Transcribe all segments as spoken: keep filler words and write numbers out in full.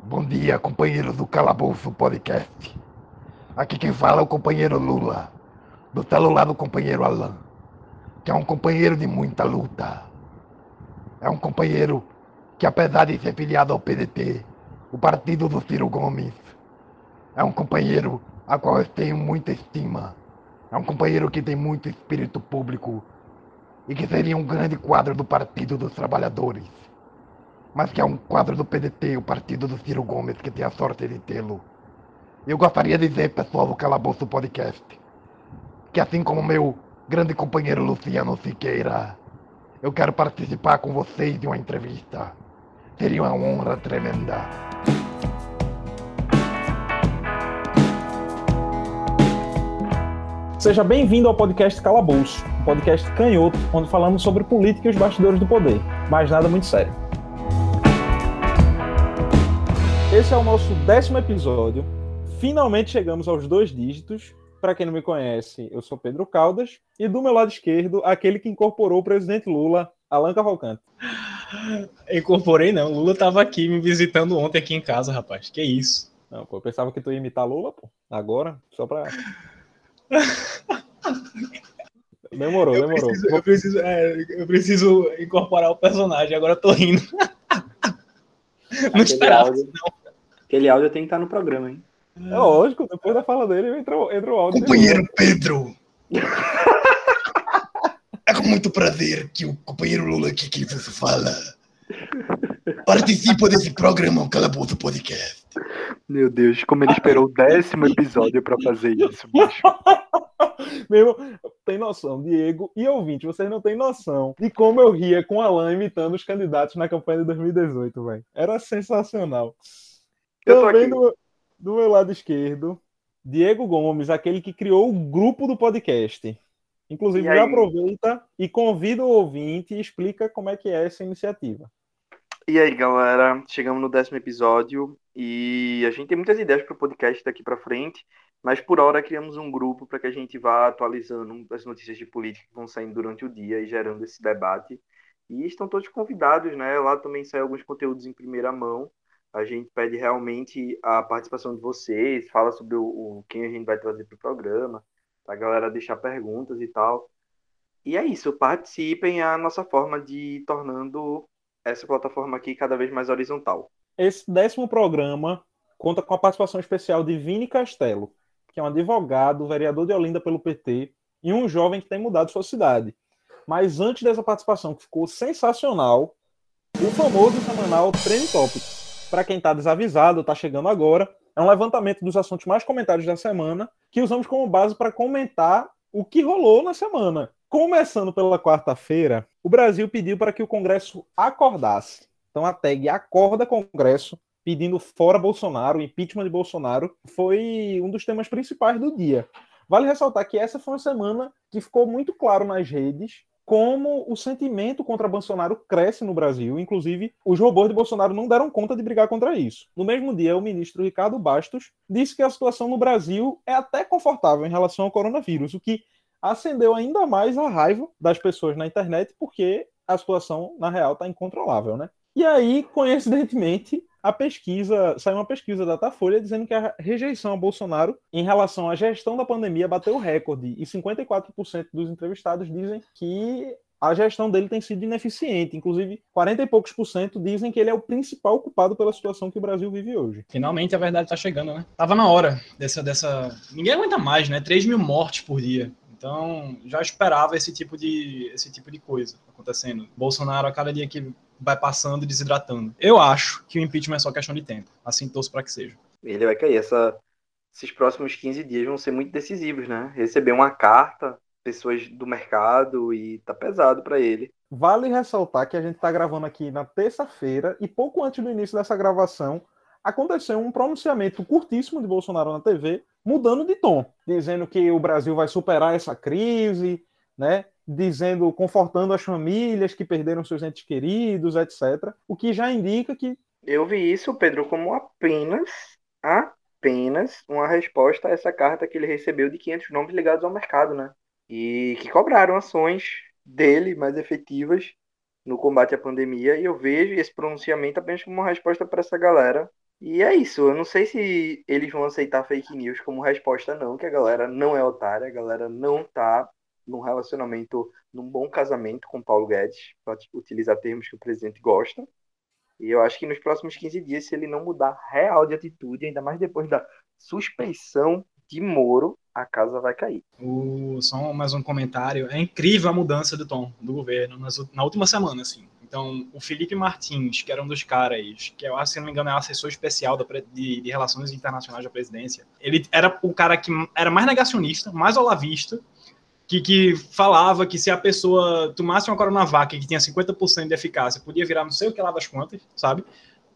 Bom dia, companheiros do Calabouço Podcast. Aqui quem fala é o companheiro Lula, do celular do companheiro Alan, que é um companheiro de muita luta. É um companheiro que, apesar de ser filiado ao P D T, o partido do Ciro Gomes, é um companheiro a qual eu tenho muita estima. É um companheiro que tem muito espírito público e que seria um grande quadro do Partido dos Trabalhadores, mas que é um quadro do P D T, o partido do Ciro Gomes, que tem a sorte de tê-lo. Eu gostaria de dizer, pessoal do Calabouço Podcast, que assim como meu grande companheiro Luciano Siqueira, eu quero participar com vocês de uma entrevista. Seria uma honra tremenda. Seja bem-vindo ao podcast Calabouço, um podcast canhoto, onde falamos sobre política e os bastidores do poder, mas nada muito sério. Esse é o nosso décimo episódio. Finalmente chegamos aos dois dígitos. Para quem não me conhece, eu sou Pedro Caldas, e do meu lado esquerdo, aquele que incorporou o presidente Lula, Alan Cavalcante. Incorporei não, Lula estava aqui me visitando ontem aqui em casa, rapaz, que isso? Não, pô, eu pensava que tu ia imitar Lula, pô, agora, só pra... Demorou, eu demorou. Preciso, eu, preciso, é, eu preciso incorporar o personagem, agora eu tô rindo. Não aquele esperava áudio, isso, não. Aquele áudio tem que estar no programa, hein? É lógico, depois da fala dele entra, entra o áudio. Companheiro Pedro! É com muito prazer que o companheiro Lula aqui que você fala participa desse programa, o Calabouço Podcast. Meu Deus, como ele esperou o décimo episódio pra fazer isso, bicho. Meu, tem noção, Diego e ouvinte, vocês não têm noção de como eu ria com o Alan imitando os candidatos na campanha de dois mil e dezoito, velho. Era sensacional. Eu tô Também aqui. do, do meu lado esquerdo, Diego Gomes, aquele que criou o grupo do podcast. Inclusive, E aí? já aproveita e convida o ouvinte e explica como é que é essa iniciativa. E aí, galera, chegamos no décimo episódio e a gente tem muitas ideias para o podcast daqui para frente, mas por hora criamos um grupo para que a gente vá atualizando as notícias de política que vão saindo durante o dia e gerando esse debate. E estão todos convidados, né? Lá também saem alguns conteúdos em primeira mão. A gente pede realmente a participação de vocês, fala sobre o, o quem a gente vai trazer para o programa, para a galera deixar perguntas e tal. E é isso, participem, é a nossa forma de ir tornando essa plataforma aqui cada vez mais horizontal. Esse décimo programa conta com a participação especial de Vini Castelo, que é um advogado, vereador de Olinda pelo P T, e um jovem que tem mudado sua cidade. Mas antes dessa participação, que ficou sensacional, o famoso semanal Trend Topics. Para quem está desavisado, está chegando agora, é um levantamento dos assuntos mais comentados da semana, que usamos como base para comentar o que rolou na semana. Começando pela quarta-feira, o Brasil pediu para que o Congresso acordasse. Então a tag Acorda Congresso, pedindo fora Bolsonaro, o impeachment de Bolsonaro, foi um dos temas principais do dia. Vale ressaltar que essa foi uma semana que ficou muito claro nas redes como o sentimento contra Bolsonaro cresce no Brasil. Inclusive, os robôs de Bolsonaro não deram conta de brigar contra isso. No mesmo dia, o ministro Ricardo Bastos disse que a situação no Brasil é até confortável em relação ao coronavírus, o que acendeu ainda mais a raiva das pessoas na internet, porque a situação, na real, está incontrolável, né? E aí, coincidentemente, a pesquisa, saiu uma pesquisa da Datafolha dizendo que a rejeição a Bolsonaro em relação à gestão da pandemia bateu o recorde, e cinquenta e quatro por cento dos entrevistados dizem que a gestão dele tem sido ineficiente. Inclusive, quarenta e poucos por cento dizem que ele é o principal culpado pela situação que o Brasil vive hoje. Finalmente a verdade tá chegando, né? Tava na hora dessa... dessa... Ninguém aguenta mais, né? três mil mortes por dia. Então, já esperava esse tipo de, esse tipo de coisa acontecendo. Bolsonaro, a cada dia que vai passando e desidratando. Eu acho que o impeachment é só questão de tempo. Assim, torço para que seja. Ele vai cair. Essa, esses próximos quinze dias vão ser muito decisivos, né? Receber uma carta, pessoas do mercado, e tá pesado para ele. Vale ressaltar que a gente está gravando aqui na terça-feira e pouco antes do início dessa gravação aconteceu um pronunciamento curtíssimo de Bolsonaro na T V, mudando de tom, dizendo que o Brasil vai superar essa crise, né? Dizendo, confortando as famílias que perderam seus entes queridos, etcétera. O que já indica que... Eu vi isso, Pedro, como apenas, apenas uma resposta a essa carta que ele recebeu de quinhentos nomes ligados ao mercado, né? E que cobraram ações dele mais efetivas no combate à pandemia. E eu vejo esse pronunciamento apenas como uma resposta para essa galera E é isso, eu não sei se eles vão aceitar fake news como resposta, não, que a galera não é otária, a galera não tá num relacionamento, num bom casamento com Paulo Guedes, para utilizar termos que o presidente gosta. E eu acho que nos próximos quinze dias, se ele não mudar real de atitude, ainda mais depois da suspeição de Moro, a casa vai cair. O, só mais um comentário. É incrível a mudança do tom do governo nas, na última semana, assim. Então, o Felipe Martins, que era um dos caras, que eu acho, se não me engano, é assessor especial da, de, de Relações Internacionais da Presidência, ele era o cara que era mais negacionista, mais olavista, que, que falava que se a pessoa tomasse uma Coronavac que tinha cinquenta por cento de eficácia, podia virar não sei o que lá das contas, sabe?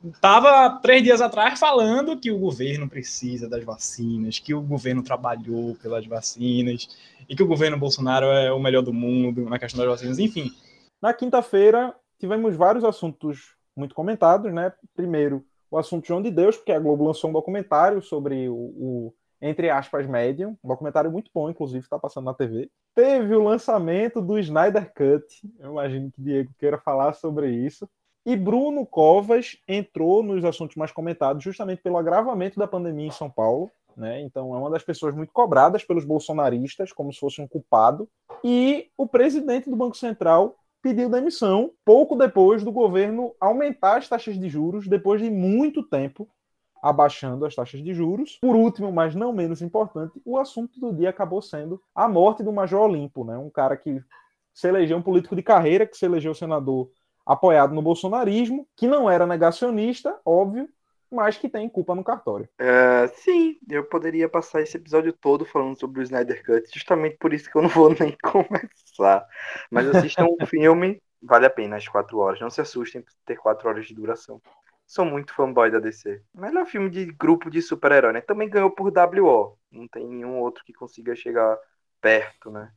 Estava três dias atrás falando que o governo precisa das vacinas, que o governo trabalhou pelas vacinas e que o governo Bolsonaro é o melhor do mundo na questão das vacinas, enfim. Na quinta-feira, tivemos vários assuntos muito comentados, né? Primeiro, o assunto João de Deus, porque a Globo lançou um documentário sobre o, o entre aspas, Medium, um documentário muito bom, inclusive, está passando na T V. Teve o lançamento do Snyder Cut, eu imagino que o Diego queira falar sobre isso. E Bruno Covas entrou nos assuntos mais comentados justamente pelo agravamento da pandemia em São Paulo, né? Então é uma das pessoas muito cobradas pelos bolsonaristas, como se fosse um culpado. E o presidente do Banco Central pediu demissão pouco depois do governo aumentar as taxas de juros, depois de muito tempo abaixando as taxas de juros. Por último, mas não menos importante, o assunto do dia acabou sendo a morte do Major Olimpo, né? Um cara que se elegeu um político de carreira, que se elegeu senador apoiado no bolsonarismo, que não era negacionista, óbvio, mas que tem culpa no cartório. Uh, sim, eu poderia passar esse episódio todo falando sobre o Snyder Cut, justamente por isso que eu não vou nem começar. Mas assistam um filme, vale a pena as quatro horas. Não se assustem por ter quatro horas de duração. Sou muito fanboy da D C. Melhor filme de grupo de super-herói, né? Também ganhou por W O. Não tem nenhum outro que consiga chegar perto, né?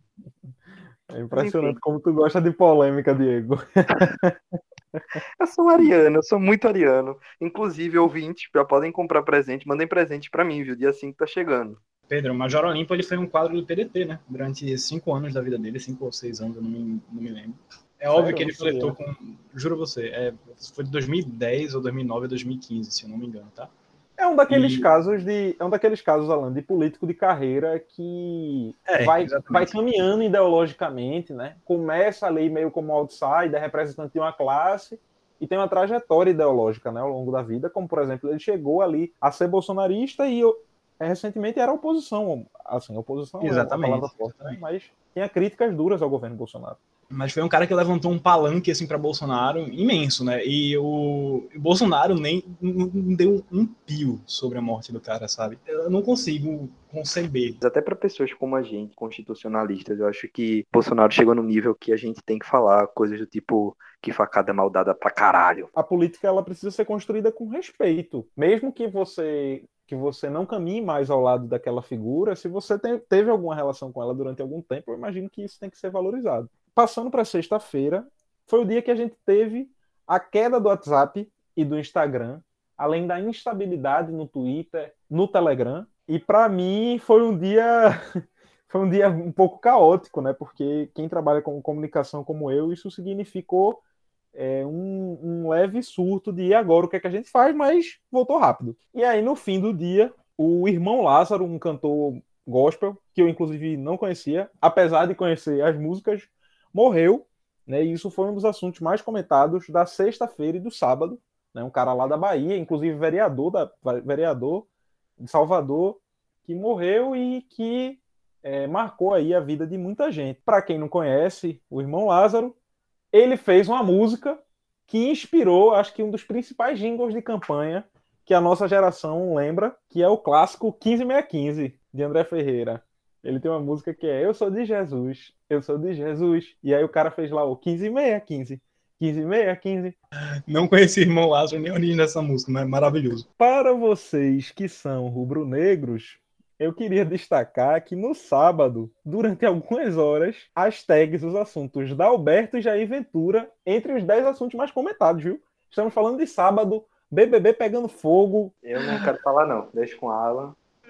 É impressionante como tu gosta de polêmica, Diego. Eu sou ariano, eu sou muito ariano. Inclusive, ouvintes, já podem comprar presente, mandem presente pra mim, viu? Dia cinco tá chegando. Pedro, o Major Olimpo, ele foi um quadro do P D T, né? Durante cinco anos da vida dele, cinco ou seis anos, eu não me, não me lembro. É Sério? óbvio que ele flertou com... Juro você, é, foi de dois mil e dez ou dois mil e nove ou dois mil e quinze, se eu não me engano, tá? É um daqueles E... casos de. É um daqueles casos, Alan, de político de carreira que é, vai, vai caminhando ideologicamente, né? Começa ali meio como outsider, representante de uma classe, e tem uma trajetória ideológica, né, ao longo da vida, como, por exemplo, ele chegou ali a ser bolsonarista e eu, recentemente era oposição. Assim, oposição exatamente, é uma palavra forte, né? Mas tinha críticas duras ao governo Bolsonaro. Mas foi um cara que levantou um palanque assim para Bolsonaro imenso, né? E o, o Bolsonaro nem não deu um pio sobre a morte do cara, sabe? Eu não consigo conceber. Até para pessoas como a gente, constitucionalistas, eu acho que Bolsonaro chegou num nível que a gente tem que falar coisas do tipo que facada mal dada pra caralho. A política, ela precisa ser construída com respeito. Mesmo que você que você não caminhe mais ao lado daquela figura, se você tem, teve alguma relação com ela durante algum tempo, eu imagino que isso tem que ser valorizado. Passando para sexta-feira, foi o dia que a gente teve a queda do WhatsApp e do Instagram, além da instabilidade no Twitter, no Telegram. E para mim foi um dia foi um dia um pouco caótico, né? Porque quem trabalha com comunicação como eu, isso significou é, um, um leve surto de agora o que é que a gente faz, mas voltou rápido. E aí no fim do dia, o Irmão Lázaro, um cantor gospel que eu inclusive não conhecia, apesar de conhecer as músicas, morreu, né? E isso foi um dos assuntos mais comentados da sexta-feira e do sábado, né? Um cara lá da Bahia, inclusive vereador, da, vereador de Salvador, que morreu e que é, marcou aí a vida de muita gente. Para quem não conhece, o Irmão Lázaro, ele fez uma música que inspirou, acho que um dos principais jingles de campanha que a nossa geração lembra, que é o clássico quinze seis quinze, de André Ferreira. Ele tem uma música que é Eu Sou de Jesus, Eu Sou de Jesus. E aí o cara fez lá o quinze seis quinze, quinze seis quinze. Não conheci Irmão Lázaro nem a origem dessa música, mas é maravilhoso. Para vocês que são rubro-negros, eu queria destacar que no sábado, durante algumas horas, as tags, os assuntos da Alberto e Jair Ventura, entre os dez assuntos mais comentados, viu? Estamos falando de sábado, B B B pegando fogo. Eu não quero falar não, deixa com a Alan.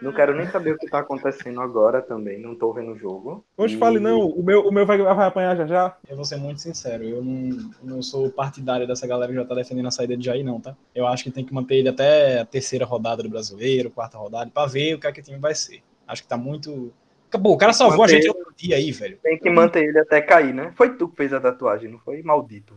Não quero nem saber o que tá acontecendo agora também. Não tô vendo o jogo. Hoje E- fale, não, o meu, o meu vai, vai apanhar já já. Eu vou ser muito sincero, eu não, não sou partidário dessa galera que já tá defendendo a saída de Jair, não, tá? Eu acho que tem que manter ele até a terceira rodada do Brasileiro, quarta rodada, pra ver o que é que o time vai ser. Acho que tá muito... Pô, o cara Tem que salvou a manter gente ele. outro dia aí, velho. Tem que manter ele até cair, né? Foi tu que fez a tatuagem, não foi? Maldito.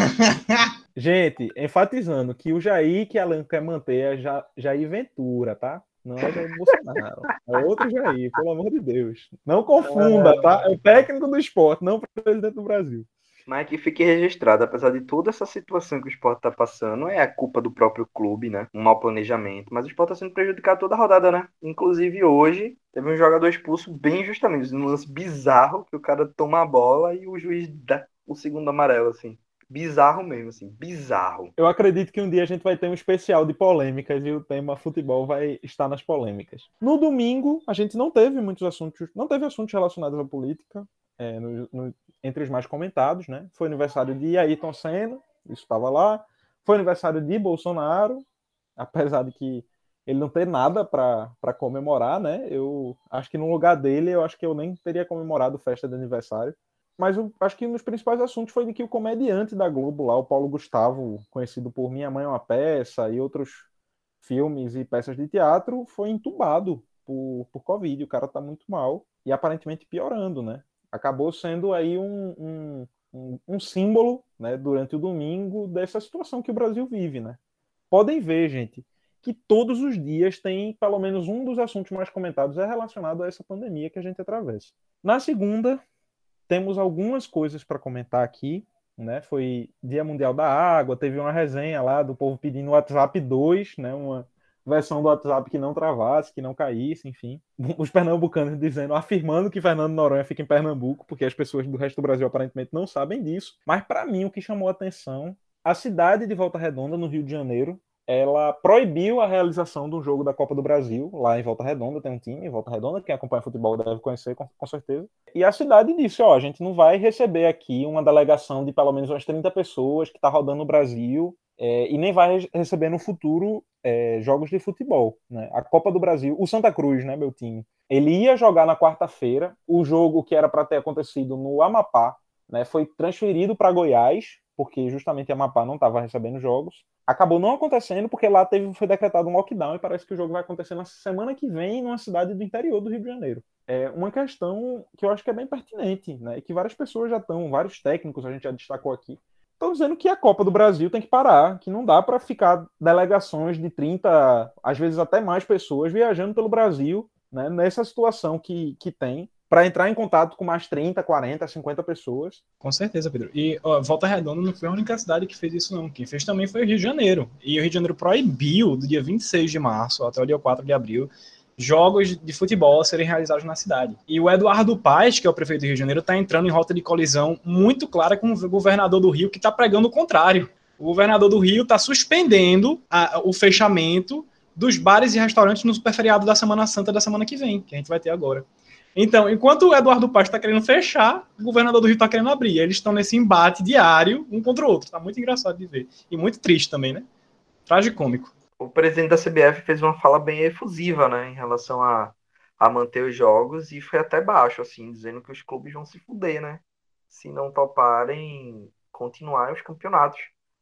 Gente, enfatizando que o Jair que Alan quer manter é Ja- Jair Ventura, tá? Não é Jair Bolsonaro. É outro Jair, pelo amor de Deus. Não confunda, tá? É o técnico do esporte, não o presidente do Brasil. Mas que fique registrado, apesar de toda essa situação que o Sport tá passando, é a culpa do próprio clube, né? Um mau planejamento. Mas o Sport tá sendo prejudicado toda a rodada, né? Inclusive hoje, teve um jogador expulso bem justamente, um lance bizarro, que o cara toma a bola e o juiz dá o segundo amarelo, assim. Bizarro mesmo, assim. Bizarro. Eu acredito que um dia a gente vai ter um especial de polêmicas e o tema futebol vai estar nas polêmicas. No domingo, a gente não teve muitos assuntos, não teve assuntos relacionados à política, é, no, no, entre os mais comentados, né? Foi aniversário de Ayrton Senna, isso estava lá. Foi aniversário de Bolsonaro, apesar de que ele não ter nada para comemorar, né? Eu acho que no lugar dele, eu acho que eu nem teria comemorado festa de aniversário. Mas eu acho que um dos principais assuntos foi de que o comediante da Globo lá, o Paulo Gustavo, conhecido por Minha Mãe é uma Peça e outros filmes e peças de teatro, foi entubado por, por Covid. O cara tá muito mal e aparentemente piorando, né? Acabou sendo aí um, um, um, um símbolo, né, durante o domingo dessa situação que o Brasil vive, né? Podem ver, gente, que todos os dias tem pelo menos um dos assuntos mais comentados é relacionado a essa pandemia que a gente atravessa. Na segunda, temos algumas coisas para comentar aqui, né? Foi Dia Mundial da Água, teve uma resenha lá do povo pedindo o WhatsApp dois, né? Uma versão do WhatsApp que não travasse, que não caísse, enfim. Os pernambucanos dizendo, afirmando que Fernando Noronha fica em Pernambuco, porque as pessoas do resto do Brasil aparentemente não sabem disso. Mas para mim o que chamou a atenção, a cidade de Volta Redonda, no Rio de Janeiro, ela proibiu a realização de um jogo da Copa do Brasil, lá em Volta Redonda, tem um time em Volta Redonda, quem acompanha futebol deve conhecer, com, com certeza. E a cidade disse, ó, a gente não vai receber aqui uma delegação de pelo menos umas trinta pessoas que está rodando no Brasil, é, e nem vai receber no futuro é, jogos de futebol, né? A Copa do Brasil, o Santa Cruz, né, meu time, ele ia jogar na quarta-feira, o jogo que era para ter acontecido no Amapá, né, foi transferido para Goiás, porque justamente Amapá não estava recebendo jogos. Acabou não acontecendo porque lá teve, foi decretado um lockdown e parece que o jogo vai acontecer na semana que vem numa cidade do interior do Rio de Janeiro. É uma questão que eu acho que é bem pertinente, né? E que várias pessoas já estão, vários técnicos a gente já destacou aqui, estão dizendo que a Copa do Brasil tem que parar, que não dá para ficar delegações de trinta, às vezes até mais pessoas viajando pelo Brasil, né? Nessa situação que, que tem, para entrar em contato com mais trinta, quarenta, cinquenta pessoas. Com certeza, Pedro. E ó, Volta Redonda não foi a única cidade que fez isso, não. Quem fez também foi o Rio de Janeiro. E o Rio de Janeiro proibiu, do dia vinte e seis de março até o dia quatro de abril, jogos de futebol a serem realizados na cidade. E o Eduardo Paes, que é o prefeito do Rio de Janeiro, está entrando em rota de colisão muito clara com o governador do Rio, que está pregando o contrário. O governador do Rio está suspendendo a, o fechamento dos bares e restaurantes no superferiado da Semana Santa da semana que vem, que a gente vai ter agora. Então, enquanto o Eduardo Paes está querendo fechar, o governador do Rio está querendo abrir. Eles estão nesse embate diário, um contra o outro. Está muito engraçado de ver. E muito triste também, né? Tragicômico. O presidente da C B F fez uma fala bem efusiva, né, em relação a, a manter os jogos e foi até baixo, assim, dizendo que os clubes vão se fuder, né, se não toparem continuar os campeonatos.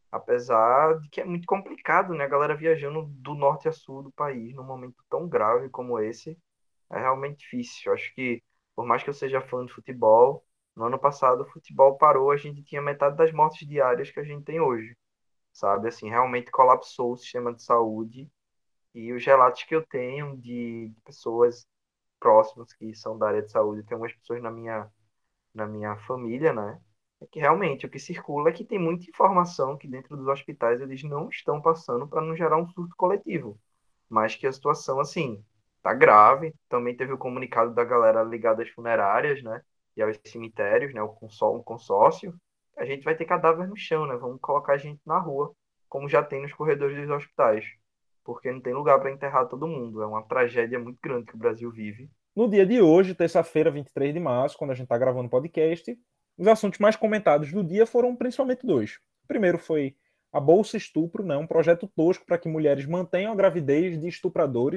Apesar de que é muito complicado, né, a galera viajando do norte a sul do país num momento tão grave como esse. É realmente difícil. Eu acho que, por mais que eu seja fã de futebol, no ano passado o futebol parou, a gente tinha metade das mortes diárias que a gente tem hoje, sabe? Assim, realmente colapsou o sistema de saúde e os relatos que eu tenho de pessoas próximas que são da área de saúde, tem algumas pessoas na minha, na minha família, né? É que realmente o que circula é que tem muita informação que dentro dos hospitais eles não estão passando para não gerar um surto coletivo, mas que a situação, assim, tá grave. Também teve o comunicado da galera ligada às funerárias, né? E aos cemitérios, né? O consó- um consórcio. A gente vai ter cadáver no chão, né? Vamos colocar a gente na rua, como já tem nos corredores dos hospitais. Porque não tem lugar para enterrar todo mundo. É uma tragédia muito grande que o Brasil vive. No dia de hoje, terça-feira, vinte e três de março, quando a gente está gravando o podcast, os assuntos mais comentados do dia foram principalmente dois. O primeiro foi a Bolsa Estupro, né, um projeto tosco para que mulheres mantenham a gravidez de estupradores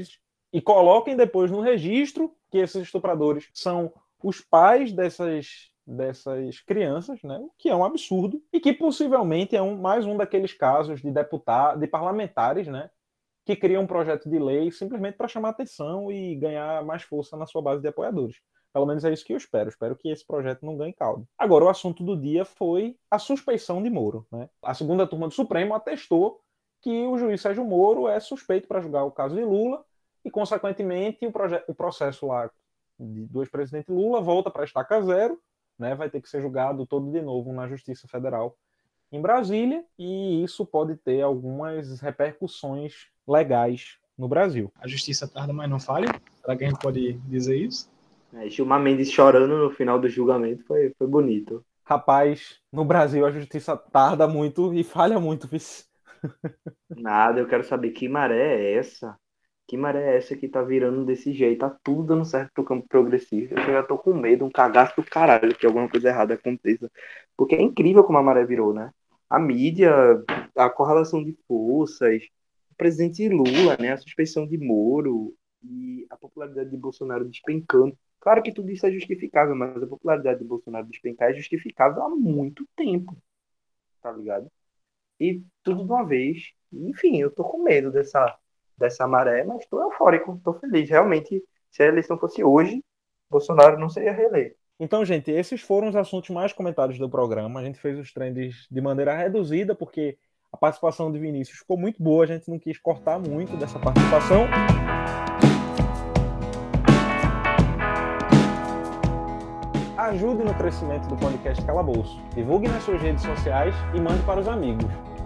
e coloquem depois no registro que esses estupradores são os pais dessas, dessas crianças, né? O que é um absurdo, e que possivelmente é um, mais um daqueles casos de deputados, de parlamentares, né? Que criam um projeto de lei simplesmente para chamar atenção e ganhar mais força na sua base de apoiadores. Pelo menos é isso que eu espero. Espero que esse projeto não ganhe caldo. Agora, o assunto do dia foi a suspeição de Moro, né? A segunda turma do Supremo atestou que o juiz Sérgio Moro é suspeito para julgar o caso de Lula e, consequentemente, o, o processo lá do ex-presidente Lula volta para estaca zero, né? Vai ter que ser julgado todo de novo na Justiça Federal em Brasília, e isso pode ter algumas repercussões legais no Brasil. A justiça tarda, mas não falha? Será que a gente pode dizer isso? É, Gilmar Mendes chorando no final do julgamento foi, foi bonito. Rapaz, no Brasil a justiça tarda muito e falha muito, viu? Nada, eu quero saber que maré é essa? Que maré é essa que tá virando desse jeito? Tá tudo dando certo pro campo progressista. Eu já tô com medo, um cagaço do caralho, que alguma coisa errada aconteça. Porque é incrível como a maré virou, né? A mídia, a correlação de forças, o presidente Lula, né? A suspeição de Moro e a popularidade de Bolsonaro despencando. Claro que tudo isso é justificável, mas a popularidade de Bolsonaro despencar é justificável há muito tempo, tá ligado? E tudo de uma vez. Enfim, eu tô com medo dessa, dessa maré, mas tô eufórico, tô feliz. Realmente, se a eleição fosse hoje, Bolsonaro não seria reeleito. Então, gente, esses foram os assuntos mais comentados do programa. A gente fez os trends de maneira reduzida, porque a participação de Vinícius ficou muito boa, a gente não quis cortar muito dessa participação. Ajude no crescimento do podcast Calabouço. Divulgue nas suas redes sociais e mande para os amigos.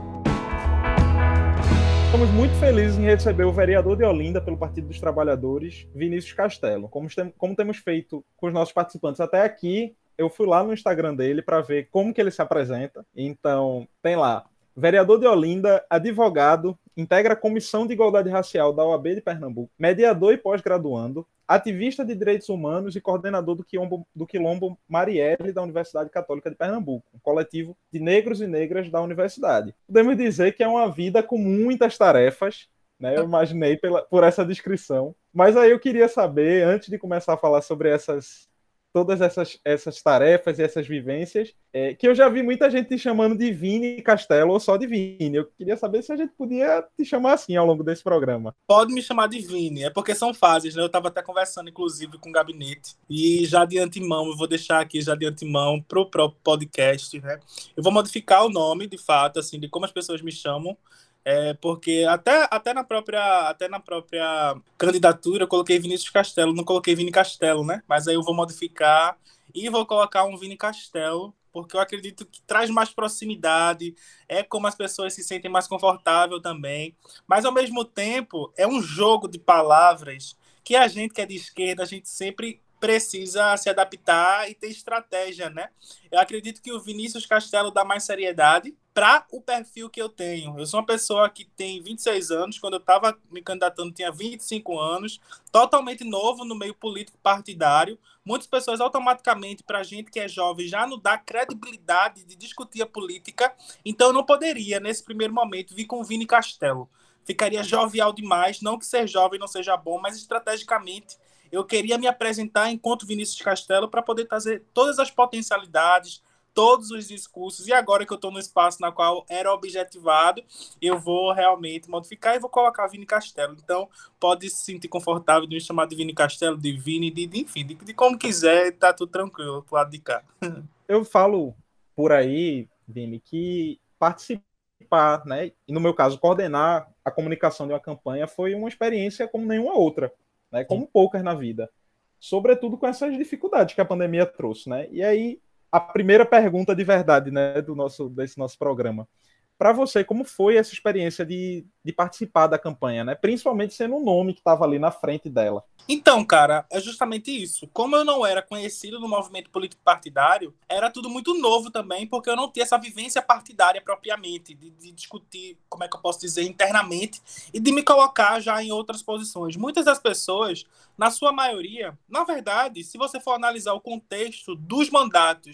Estamos muito felizes em receber o vereador de Olinda pelo Partido dos Trabalhadores, Vinícius Castelo. Como, tem, como temos feito com os nossos participantes até aqui, eu fui lá no Instagram dele para ver como que ele se apresenta. Então, tem lá, vereador de Olinda, advogado, integra a Comissão de Igualdade Racial da O A B de Pernambuco, mediador e pós-graduando, ativista de direitos humanos e coordenador do Quilombo, do Quilombo Marielle da Universidade Católica de Pernambuco, um coletivo de negros e negras da universidade. Podemos dizer que é uma vida com muitas tarefas, né? Eu imaginei pela, por essa descrição. Mas aí eu queria saber, antes de começar a falar sobre essas, todas essas, essas tarefas e essas vivências, é, que eu já vi muita gente te chamando de Vini Castelo ou só de Vini. Eu queria saber se a gente podia te chamar assim ao longo desse programa. Pode me chamar de Vini, é porque são fases, né? Eu estava até conversando, inclusive, com o gabinete. E já de antemão, eu vou deixar aqui já de antemão para o próprio podcast, né? Eu vou modificar o nome, de fato, assim, de como as pessoas me chamam. É, porque até, até, na própria, até na própria candidatura eu coloquei Vinícius Castelo, não coloquei Vini Castelo, né? Mas aí eu vou modificar e vou colocar um Vini Castelo, porque eu acredito que traz mais proximidade, é como as pessoas se sentem mais confortável também, mas ao mesmo tempo é um jogo de palavras que a gente que é de esquerda, a gente sempre precisa se adaptar e ter estratégia, né? Eu acredito que o Vinícius Castelo dá mais seriedade para o perfil que eu tenho. Eu sou uma pessoa que tem vinte e seis anos, quando eu estava me candidatando tinha vinte e cinco anos, totalmente novo no meio político partidário. Muitas pessoas automaticamente, para a gente que é jovem, já não dá credibilidade de discutir a política, então eu não poderia, nesse primeiro momento, vir com o Vini Castelo. Ficaria jovial demais, não que ser jovem não seja bom, mas estrategicamente eu queria me apresentar enquanto Vinícius Castelo para poder trazer todas as potencialidades, todos os discursos, e agora que eu estou no espaço na qual era objetivado, eu vou realmente modificar e vou colocar Vini Castelo. Então, pode se sentir confortável de me chamar de Vini Castelo, de Vini, de, de enfim, de, de como quiser, tá tudo tranquilo pro lado de cá. Eu falo por aí, Vini, que participar, né, e no meu caso, coordenar a comunicação de uma campanha foi uma experiência como nenhuma outra, né, como poucas na vida. Sobretudo com essas dificuldades que a pandemia trouxe, né? E aí, a primeira pergunta de verdade, né, do nosso, desse nosso programa. Para você, como foi essa experiência de, de participar da campanha, né? Principalmente sendo um nome que estava ali na frente dela. Então, cara, é justamente isso. Como eu não era conhecido no movimento político partidário, era tudo muito novo também, porque eu não tinha essa vivência partidária propriamente, de, de discutir, como é que eu posso dizer, internamente, e de me colocar já em outras posições. Muitas das pessoas, na sua maioria, na verdade, se você for analisar o contexto dos mandatos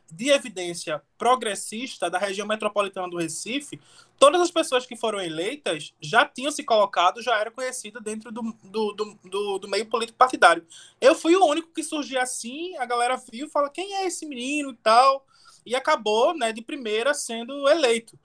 de evidência progressista da região metropolitana do Recife, todas as pessoas que foram eleitas já tinham se colocado, já eram conhecidas dentro do, do, do, do, do meio político partidário. Eu fui o único que surgiu assim, a galera viu e falou, quem é esse menino e tal, e acabou, né, de primeira sendo eleito.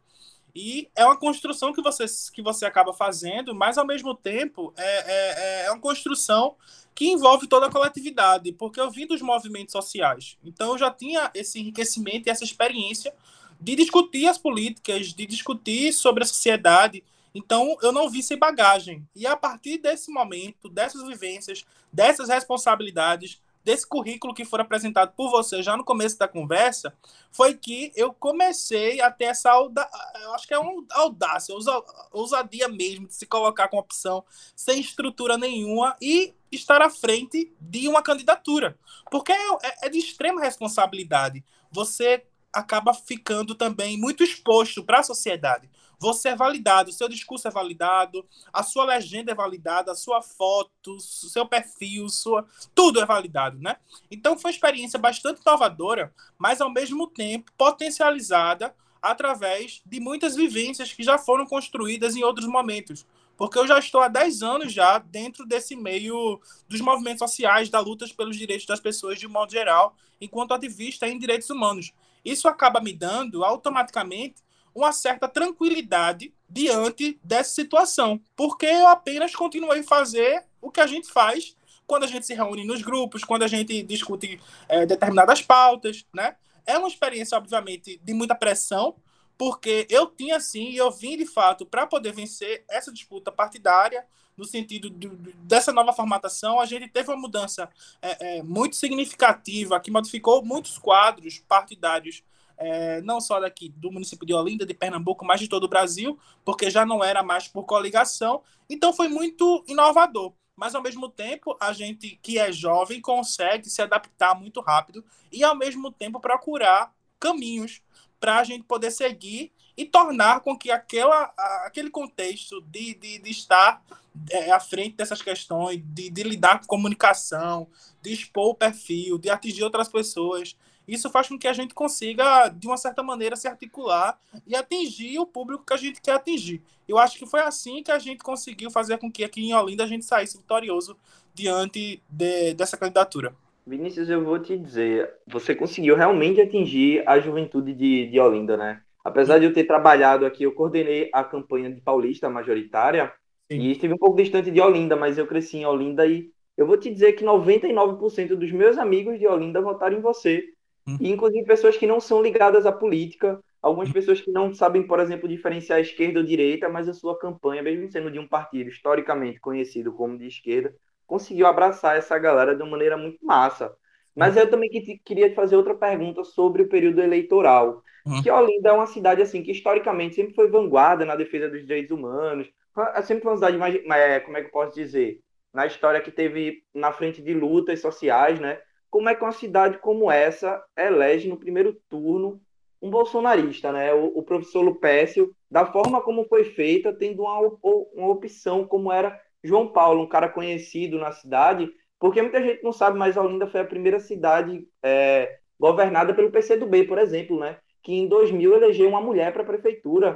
E é uma construção que você, que você acaba fazendo, mas, ao mesmo tempo, é, é, é uma construção que envolve toda a coletividade, porque eu vim dos movimentos sociais. Então, eu já tinha esse enriquecimento e essa experiência de discutir as políticas, de discutir sobre a sociedade. Então, eu não vi sem bagagem. E, a partir desse momento, dessas vivências, dessas responsabilidades, desse currículo que foi apresentado por você já no começo da conversa, foi que eu comecei a ter essa audácia, eu acho que é uma audácia, ousadia mesmo de se colocar com opção sem estrutura nenhuma e estar à frente de uma candidatura. Porque é, é de extrema responsabilidade. Você acaba ficando também muito exposto para a sociedade. Você é validado, o seu discurso é validado, a sua legenda é validada, a sua foto, o seu perfil, sua... tudo é validado, né? Então foi uma experiência bastante inovadora, mas ao mesmo tempo potencializada através de muitas vivências que já foram construídas em outros momentos. Porque eu já estou há dez anos já dentro desse meio dos movimentos sociais, da luta pelos direitos das pessoas de um modo geral, enquanto ativista em direitos humanos. Isso acaba me dando automaticamente uma certa tranquilidade diante dessa situação, porque eu apenas continuei a fazer o que a gente faz quando a gente se reúne nos grupos, quando a gente discute é, determinadas pautas, né? É uma experiência, obviamente, de muita pressão, porque eu tinha, sim, e eu vim, de fato, para poder vencer essa disputa partidária, no sentido de, de, dessa nova formatação, a gente teve uma mudança é, é, muito significativa, que modificou muitos quadros partidários, É, não só daqui do município de Olinda, de Pernambuco, mas de todo o Brasil, porque já não era mais por coligação. Então foi muito inovador. Mas, ao mesmo tempo, a gente que é jovem consegue se adaptar muito rápido e, ao mesmo tempo, procurar caminhos para a gente poder seguir e tornar com que aquela, aquele contexto de, de, de estar é, à frente dessas questões, de, de lidar com comunicação, de expor o perfil, de atingir outras pessoas, isso faz com que a gente consiga, de uma certa maneira, se articular e atingir o público que a gente quer atingir. Eu acho que foi assim que a gente conseguiu fazer com que aqui em Olinda a gente saísse vitorioso diante de, dessa candidatura. Vinícius, eu vou te dizer, você conseguiu realmente atingir a juventude de, de Olinda, né? Apesar de eu ter trabalhado aqui, eu coordenei a campanha de Paulista majoritária. Sim. E estive um pouco distante de Olinda, mas eu cresci em Olinda e eu vou te dizer que noventa e nove por cento dos meus amigos de Olinda votaram em você. E, inclusive, pessoas que não são ligadas à política, algumas pessoas que não sabem, por exemplo, diferenciar esquerda ou direita, mas a sua campanha, mesmo sendo de um partido historicamente conhecido como de esquerda, conseguiu abraçar essa galera de uma maneira muito massa. Mas eu também que queria fazer outra pergunta sobre o período eleitoral. Que Olinda é uma cidade assim que historicamente sempre foi vanguarda na defesa dos direitos humanos, sempre foi uma cidade mais, como é que eu posso dizer, na história que teve na frente de lutas sociais, né? Como é que uma cidade como essa elege no primeiro turno um bolsonarista, né? O, o professor Lupécio, da forma como foi feita, tendo uma, uma opção como era João Paulo, um cara conhecido na cidade, porque muita gente não sabe, mas Olinda foi a primeira cidade é, governada pelo P C do B, por exemplo, né? Que em dois mil elegeu uma mulher para a prefeitura.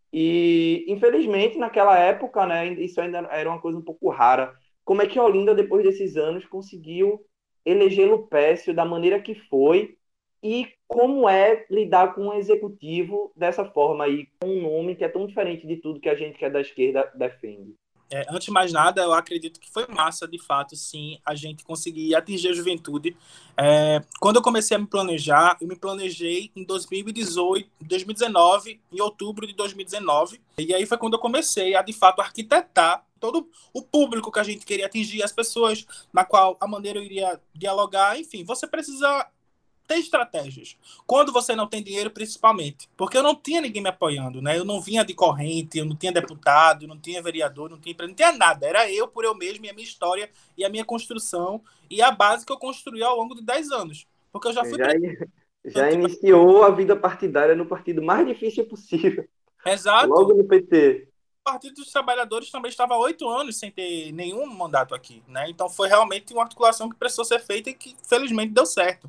E, infelizmente, naquela época, né, isso ainda era uma coisa um pouco rara. Como é que Olinda, depois desses anos, conseguiu eleger Lupécio da maneira que foi e como é lidar com um executivo dessa forma aí, com um nome que é tão diferente de tudo que a gente que é da esquerda defende? É, antes de mais nada, eu acredito que foi massa, de fato, sim, a gente conseguir atingir a juventude. É, quando eu comecei a me planejar, eu me planejei em dois mil e dezoito, dois mil e dezenove, em outubro de dois mil e dezenove, e aí foi quando eu comecei a, de fato, arquitetar todo o público que a gente queria atingir, as pessoas na qual a maneira eu iria dialogar, enfim, você precisa ter estratégias. Quando você não tem dinheiro, principalmente. Porque eu não tinha ninguém me apoiando, né? Eu não vinha de corrente, eu não tinha deputado, não tinha vereador, não tinha, não tinha nada. Era eu por eu mesmo, e a minha história, e a minha construção, e a base que eu construí ao longo de dez anos. Porque eu já fui... Já, já iniciou a vida partidária no partido mais difícil possível. Exato. Logo no P T. O Partido dos Trabalhadores também estava há oito anos sem ter nenhum mandato aqui, né? Então foi realmente uma articulação que precisou ser feita e que felizmente deu certo.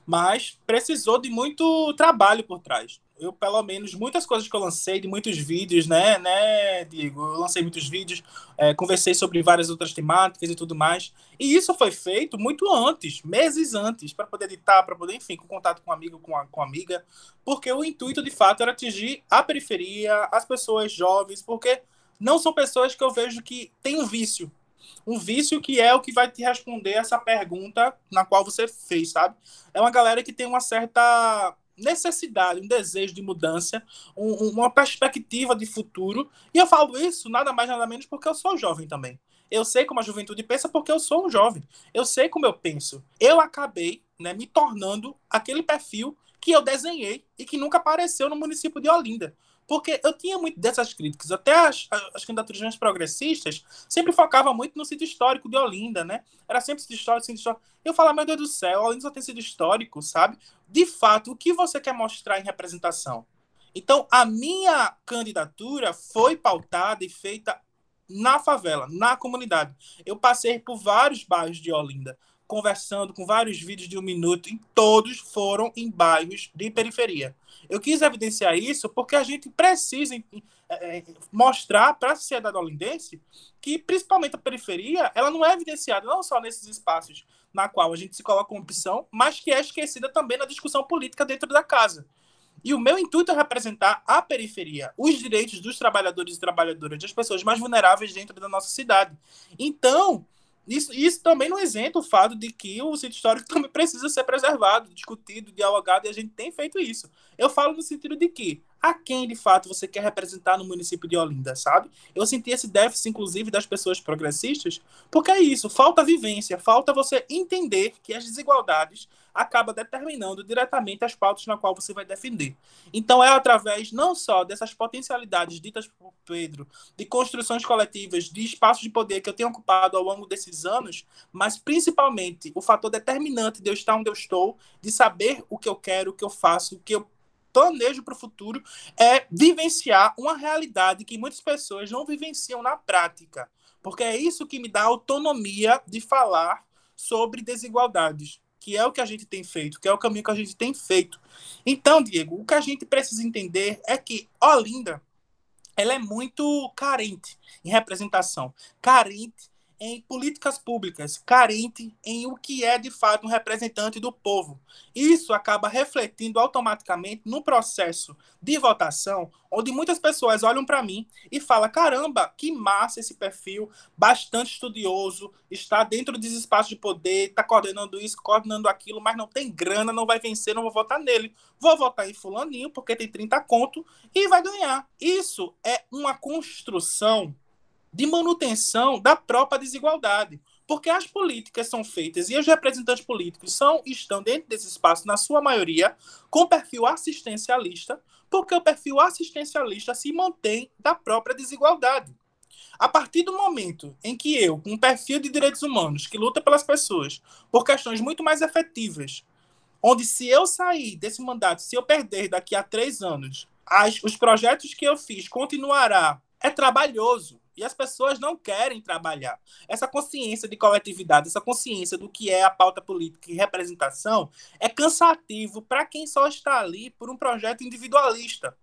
mas precisou de muito trabalho por trás. Eu, pelo menos, muitas coisas que eu lancei, de muitos vídeos, né, né, Diego? Eu lancei muitos vídeos, é, conversei sobre várias outras temáticas e tudo mais. E isso foi feito muito antes, meses antes, para poder editar, para poder, enfim, com contato com um amigo, com a com amiga, porque o intuito, de fato, era atingir a periferia, as pessoas jovens, porque não são pessoas que eu vejo que têm um vício. Um vício que é o que vai te responder essa pergunta na qual você fez, sabe? É uma galera que tem uma certa necessidade, um desejo de mudança, um, uma perspectiva de futuro. E eu falo isso nada mais nada menos porque eu sou jovem também. Eu sei como a juventude pensa porque eu sou um jovem. Eu sei como eu penso. Eu acabei, né, me tornando aquele perfil que eu desenhei e que nunca apareceu no município de Olinda. Porque eu tinha muito dessas críticas. Até as, as candidaturas mais progressistas sempre focavam muito no sítio histórico de Olinda, né? Era sempre sítio histórico, sítio histórico. Eu falava, meu Deus do céu, Olinda só tem sítio histórico, sabe? De fato, o que você quer mostrar em representação? Então, a minha candidatura foi pautada e feita na favela, na comunidade. Eu passei por vários bairros de Olinda, conversando com vários vídeos de um minuto, e todos foram em bairros de periferia. Eu quis evidenciar isso porque a gente precisa é, mostrar para a sociedade olindense que, principalmente a periferia, ela não é evidenciada não só nesses espaços na qual a gente se coloca como opção, mas que é esquecida também na discussão política dentro da casa. E o meu intuito é representar a periferia, os direitos dos trabalhadores e trabalhadoras, das pessoas mais vulneráveis dentro da nossa cidade. Então, isso, isso também não isenta o fato de que o sítio histórico também precisa ser preservado, discutido, dialogado, e a gente tem feito isso. Eu falo no sentido de que a quem, de fato, você quer representar no município de Olinda, sabe? Eu senti esse déficit, inclusive, das pessoas progressistas, porque é isso, falta vivência, falta você entender que as desigualdades acaba determinando diretamente as pautas na qual você vai defender. Então é através não só dessas potencialidades ditas por Pedro, de construções coletivas, de espaços de poder que eu tenho ocupado ao longo desses anos, mas principalmente o fator determinante de eu estar onde eu estou, de saber o que eu quero, o que eu faço, o que eu planejo para o futuro, é vivenciar uma realidade que muitas pessoas não vivenciam na prática. Porque é isso que me dá autonomia de falar sobre desigualdades, que é o que a gente tem feito, que é o caminho que a gente tem feito. Então, Diego, o que a gente precisa entender é que Olinda, ela é muito carente em representação, carente em políticas públicas, carente em o que é, de fato, um representante do povo. Isso acaba refletindo automaticamente no processo de votação, onde muitas pessoas olham para mim e falam, caramba, que massa esse perfil, bastante estudioso, está dentro dos espaços de poder, está coordenando isso, coordenando aquilo, mas não tem grana, não vai vencer, não vou votar nele. Vou votar em fulaninho, porque tem trinta conto, e vai ganhar. Isso é uma construção de manutenção da própria desigualdade. Porque as políticas são feitas e os representantes políticos são, estão dentro desse espaço, na sua maioria, com perfil assistencialista, porque o perfil assistencialista se mantém da própria desigualdade. A partir do momento em que eu, com um perfil de direitos humanos, que luta pelas pessoas por questões muito mais efetivas, onde se eu sair desse mandato, se eu perder daqui a três anos, as, os projetos que eu fiz continuará, é trabalhoso. E as pessoas não querem trabalhar. Essa consciência de coletividade, essa consciência do que é a pauta política e representação é cansativo para quem só está ali por um projeto individualista.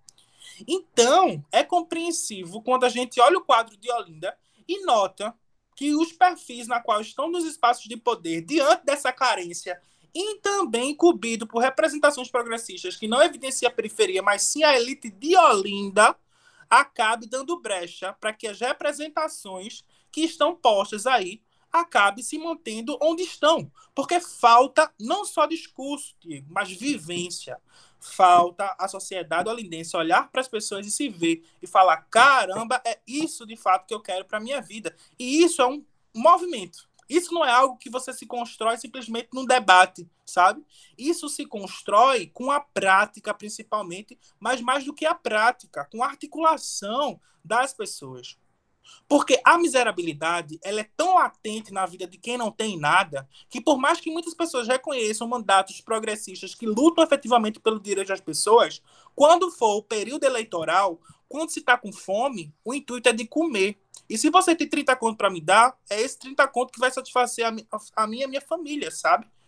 Então, é compreensivo quando a gente olha o quadro de Olinda e nota que os perfis na qual estão nos espaços de poder, diante dessa carência, e também incumbido por representações progressistas que não evidenciam a periferia, mas sim a elite de Olinda, acabe dando brecha para que as representações que estão postas aí acabe se mantendo onde estão. Porque falta não só discurso, Diego, mas vivência. Falta a sociedade olindense olhar para as pessoas e se ver e falar, caramba, é isso de fato que eu quero para a minha vida. E isso é um movimento. Isso não é algo que você se constrói simplesmente num debate, sabe? Isso se constrói com a prática, principalmente, mas mais do que a prática, com a articulação das pessoas. Porque a miserabilidade, ela é tão latente na vida de quem não tem nada, que por mais que muitas pessoas reconheçam mandatos progressistas que lutam efetivamente pelo direito das pessoas, quando for o período eleitoral, quando se está com fome, o intuito é de comer. E se você tem trinta conto para me dar, é esse trinta conto que vai satisfazer a, a, a minha e a minha família, sabe?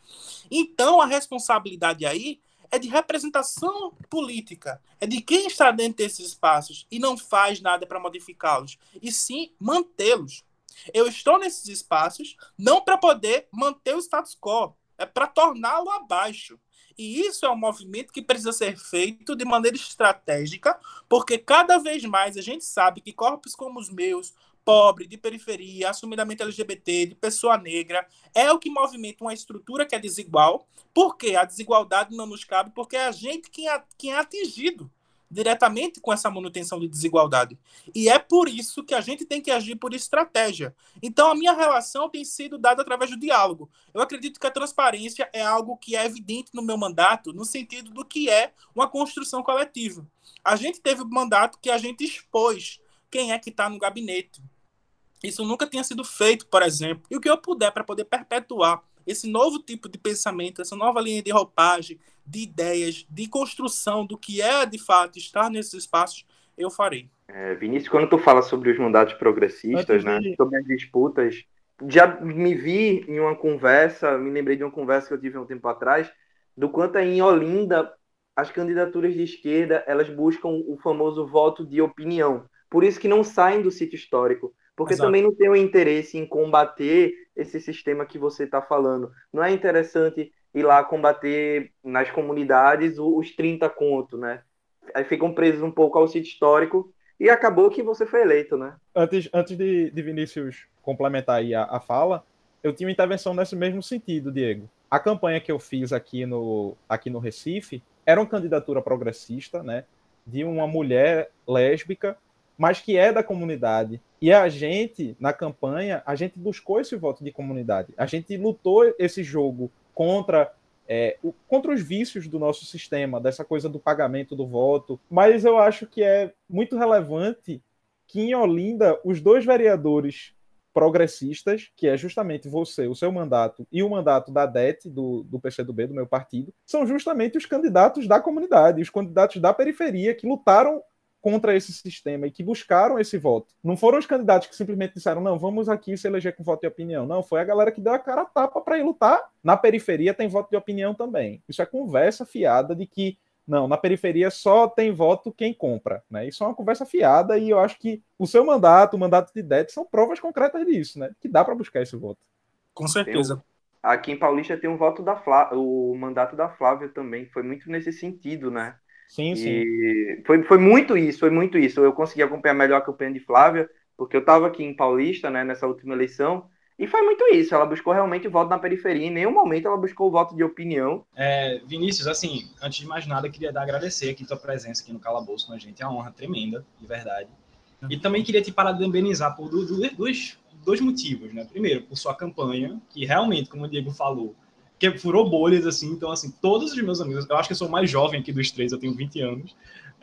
Então, a responsabilidade aí é de representação política, é de quem está dentro desses espaços e não faz nada para modificá-los, e sim mantê-los. Eu estou nesses espaços não para poder manter o status quo, é para torná-lo abaixo. E isso é um movimento que precisa ser feito de maneira estratégica, porque cada vez mais a gente sabe que corpos como os meus, pobre, de periferia, assumidamente L G B T, de pessoa negra, é o que movimenta uma estrutura que é desigual, porque a desigualdade não nos cabe, porque é a gente quem é, quem é atingido diretamente com essa manutenção de desigualdade. E é por isso que a gente tem que agir por estratégia. Então, a minha relação tem sido dada através do diálogo. Eu acredito que a transparência é algo que é evidente no meu mandato, no sentido do que é uma construção coletiva. A gente teve um mandato que a gente expôs quem é que está no gabinete. Isso nunca tinha sido feito, por exemplo. E o que eu puder para poder perpetuar esse novo tipo de pensamento, essa nova linha de roupagem, de ideias, de construção do que é, de fato, estar nesses espaços, eu farei. É, Vinícius, quando tu fala sobre os mandatos progressistas, Antes né, de- sobre as disputas, já me vi em uma conversa, me lembrei de uma conversa que eu tive há um tempo atrás, do quanto em Olinda as candidaturas de esquerda, elas buscam o famoso voto de opinião. Por isso que não saem do sítio histórico, porque Exato. também não tem o interesse em combater esse sistema que você está falando. Não é interessante ir lá combater nas comunidades os trinta conto, né? Aí ficam presos um pouco ao sítio histórico e acabou que você foi eleito, né? Antes, antes de, de Vinícius complementar aí a, a fala, eu tinha uma intervenção nesse mesmo sentido, Diego. A campanha que eu fiz aqui no, aqui no Recife era uma candidatura progressista, né, de uma mulher lésbica, mas que é da comunidade. E a gente, na campanha, a gente buscou esse voto de comunidade. A gente lutou esse jogo contra, é, o, contra os vícios do nosso sistema, dessa coisa do pagamento do voto. Mas eu acho que é muito relevante que em Olinda os dois vereadores progressistas, que é justamente você, o seu mandato, e o mandato da D E T, do, do P C do B, do meu partido, são justamente os candidatos da comunidade, os candidatos da periferia que lutaram contra esse sistema e que buscaram esse voto. Não foram os candidatos que simplesmente disseram, não, vamos aqui se eleger com voto de opinião. Não, foi a galera que deu a cara a tapa para ir lutar. Na periferia tem voto de opinião também. Isso é conversa fiada de que não, na periferia só tem voto quem compra, né? Isso é uma conversa fiada e eu acho que o seu mandato, o mandato de D E T, são provas concretas disso, né? Que dá para buscar esse voto. Com certeza. Tem, aqui em Paulista tem um voto da Flá, o mandato da Flávia também, foi muito nesse sentido, né? Sim, sim. E foi, foi muito isso, foi muito isso. Eu consegui acompanhar melhor a campanha de Flávia, porque eu estava aqui em Paulista, né, nessa última eleição, e foi muito isso. Ela buscou realmente o voto na periferia. Em nenhum momento ela buscou o voto de opinião. É, Vinícius, assim, antes de mais nada, queria dar agradecer aqui tua presença aqui no Calabouço com a gente. É uma honra tremenda, de verdade. E também queria te parabenizar por dois, dois motivos, né? Primeiro, por sua campanha, que realmente, como o Diego falou, que furou bolhas, assim. Então, assim, todos os meus amigos, eu acho que eu sou o mais jovem aqui dos três, eu tenho vinte anos,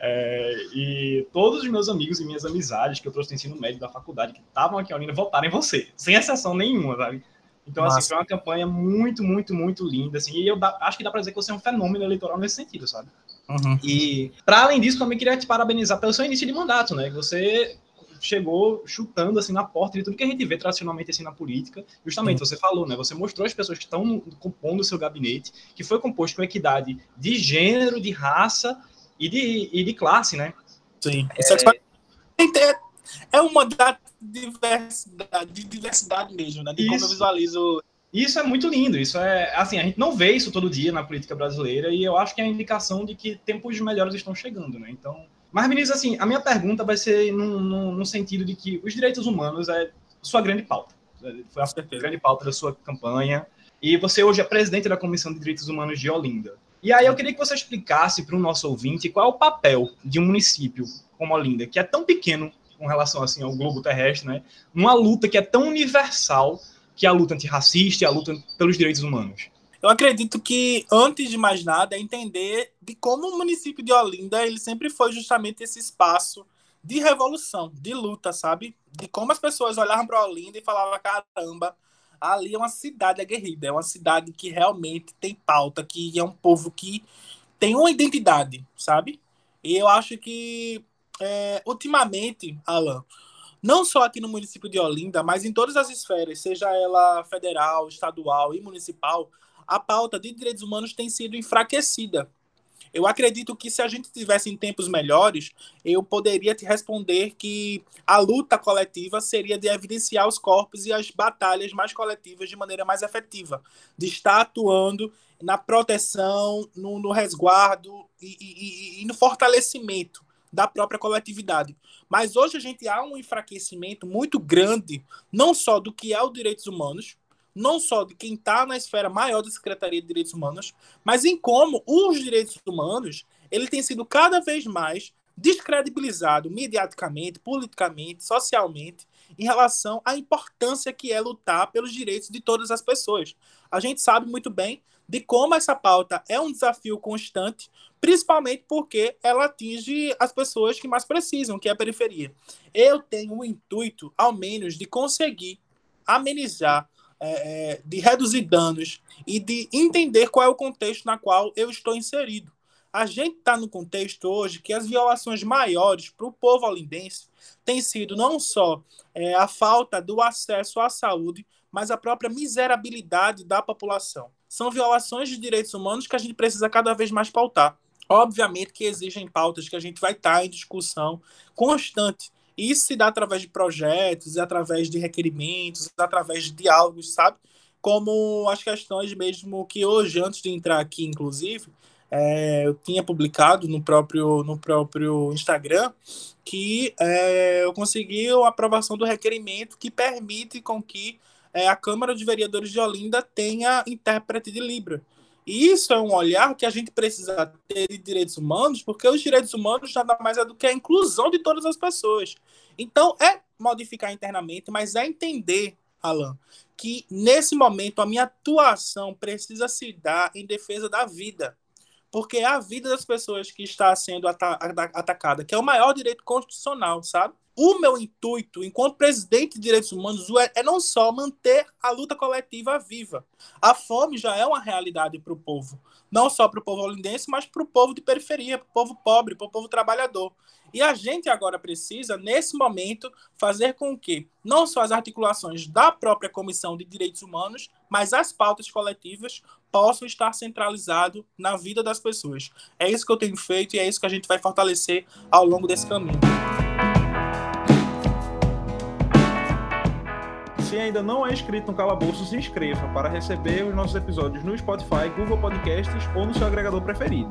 é, e todos os meus amigos e minhas amizades que eu trouxe no ensino médio da faculdade, que estavam aqui ainda, votaram em você, sem exceção nenhuma, sabe? Então, Nossa. assim, foi uma campanha muito, muito, muito linda, assim, e eu dá, acho que dá para dizer que você é um fenômeno eleitoral nesse sentido, sabe? Uhum. E, para além disso, também queria te parabenizar pelo seu início de mandato, né? Você chegou chutando, assim, na porta de tudo que a gente vê tradicionalmente, assim, na política. Justamente, uhum. Você falou, né? Você mostrou às pessoas que estão compondo o seu gabinete, que foi composto com equidade de gênero, de raça e de, e de classe, né? Sim. É, é um mandato de diversidade, de diversidade mesmo, né? De isso. Como eu visualizo... Isso é muito lindo, isso é, assim, a gente não vê isso todo dia na política brasileira e eu acho que é a indicação de que tempos melhores estão chegando, né? Então, mas, Vinícius, assim, a minha pergunta vai ser no, no, no sentido de que os direitos humanos é sua grande pauta, foi a grande pauta da sua campanha e você hoje é presidente da Comissão de Direitos Humanos de Olinda. E aí eu queria que você explicasse para o nosso ouvinte qual é o papel de um município como Olinda, que é tão pequeno com relação, assim, ao globo terrestre, né? Numa luta que é tão universal que é a luta antirracista e a luta pelos direitos humanos. Eu acredito que, antes de mais nada, é entender de como o município de Olinda ele sempre foi justamente esse espaço de revolução, de luta, sabe? De como as pessoas olhavam para Olinda e falavam, caramba, ali é uma cidade aguerrida, é uma cidade que realmente tem pauta, que é um povo que tem uma identidade, sabe? E eu acho que, é, ultimamente, Alan, não só aqui no município de Olinda, mas em todas as esferas, seja ela federal, estadual e municipal, a pauta de direitos humanos tem sido enfraquecida. Eu acredito que se a gente tivesse em tempos melhores, eu poderia te responder que a luta coletiva seria de evidenciar os corpos e as batalhas mais coletivas de maneira mais efetiva, de estar atuando na proteção, no, no resguardo e, e, e no fortalecimento da própria coletividade. Mas hoje a gente há um enfraquecimento muito grande, não só do que é os direitos humanos, não só de quem está na esfera maior da Secretaria de Direitos Humanos, mas em como os direitos humanos ele tem sido cada vez mais descredibilizado mediaticamente, politicamente, socialmente, em relação à importância que é lutar pelos direitos de todas as pessoas. A gente sabe muito bem de como essa pauta é um desafio constante, principalmente porque ela atinge as pessoas que mais precisam, que é a periferia. Eu tenho o intuito, ao menos, de conseguir amenizar, é, de reduzir danos e de entender qual é o contexto na qual eu estou inserido. A gente está no contexto hoje que as violações maiores para o povo olindense têm sido não só é, a falta do acesso à saúde, mas a própria miserabilidade da população. São violações de direitos humanos que a gente precisa cada vez mais pautar. Obviamente que exigem pautas que a gente vai estar em discussão constante. Isso se dá através de projetos, através de requerimentos, através de diálogos, sabe? Como as questões mesmo que hoje, antes de entrar aqui, inclusive, é, eu tinha publicado no próprio, no próprio Instagram que é, eu consegui a aprovação do requerimento que permite com que é, a Câmara de Vereadores de Olinda tenha intérprete de Libra. E isso é um olhar que a gente precisa ter de direitos humanos, porque os direitos humanos nada mais é do que a inclusão de todas as pessoas. Então, é modificar internamente, mas é entender, Alan, que nesse momento a minha atuação precisa se dar em defesa da vida. Porque é a vida das pessoas que está sendo ata- atacada, que é o maior direito constitucional, sabe? O meu intuito, enquanto presidente de direitos humanos, é não só manter a luta coletiva viva. A fome já é uma realidade para o povo. Não só para o povo olindense, mas para o povo de periferia, para o povo pobre, para o povo trabalhador. E a gente agora precisa, nesse momento, fazer com que não só as articulações da própria Comissão de Direitos Humanos, mas as pautas coletivas possam estar centralizadas na vida das pessoas. É isso que eu tenho feito e é isso que a gente vai fortalecer ao longo desse caminho. Se ainda não é inscrito no Calabouço, se inscreva para receber os nossos episódios no Spotify, Google Podcasts ou no seu agregador preferido.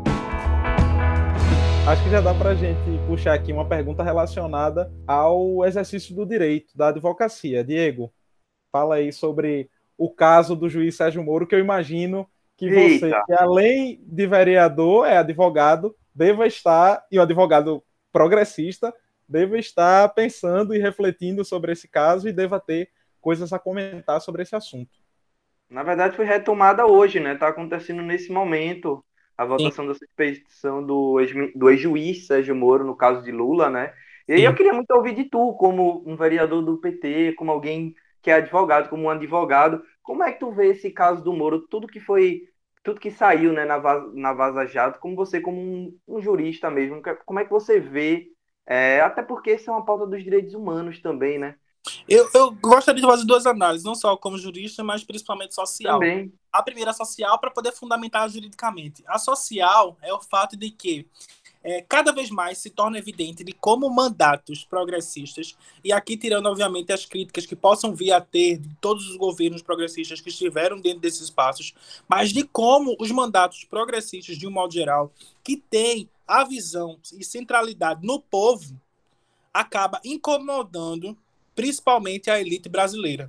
Acho que já dá para a gente puxar aqui uma pergunta relacionada ao exercício do direito, da advocacia. Diego, fala aí sobre o caso do juiz Sérgio Moro, que eu imagino que você, Eita. que além de vereador, é advogado, deva estar, e o advogado progressista, deva estar pensando e refletindo sobre esse caso e deva ter coisas a comentar sobre esse assunto. Na verdade, foi retomada hoje, né? Está acontecendo nesse momento a votação Sim. da suspeição do, ex, do ex-juiz Sérgio Moro, no caso de Lula, né? E aí Sim. eu queria muito ouvir de tu, como um vereador do P T, como alguém que é advogado, como um advogado, como é que tu vê esse caso do Moro, tudo que foi, tudo que saiu, né, na, Vaza, na Vaza Jato, como você, como um, um jurista mesmo, como é que você vê, é, até porque isso é uma pauta dos direitos humanos também, né? Eu, eu gostaria de fazer duas análises, não só como jurista, mas principalmente social. Também. A primeira social, para poder fundamentar juridicamente. A social é o fato de que é, cada vez mais se torna evidente de como mandatos progressistas, e aqui tirando, obviamente, as críticas que possam vir a ter de todos os governos progressistas que estiveram dentro desses espaços, mas de como os mandatos progressistas, de um modo geral, que têm a visão e centralidade no povo, acaba incomodando principalmente a elite brasileira.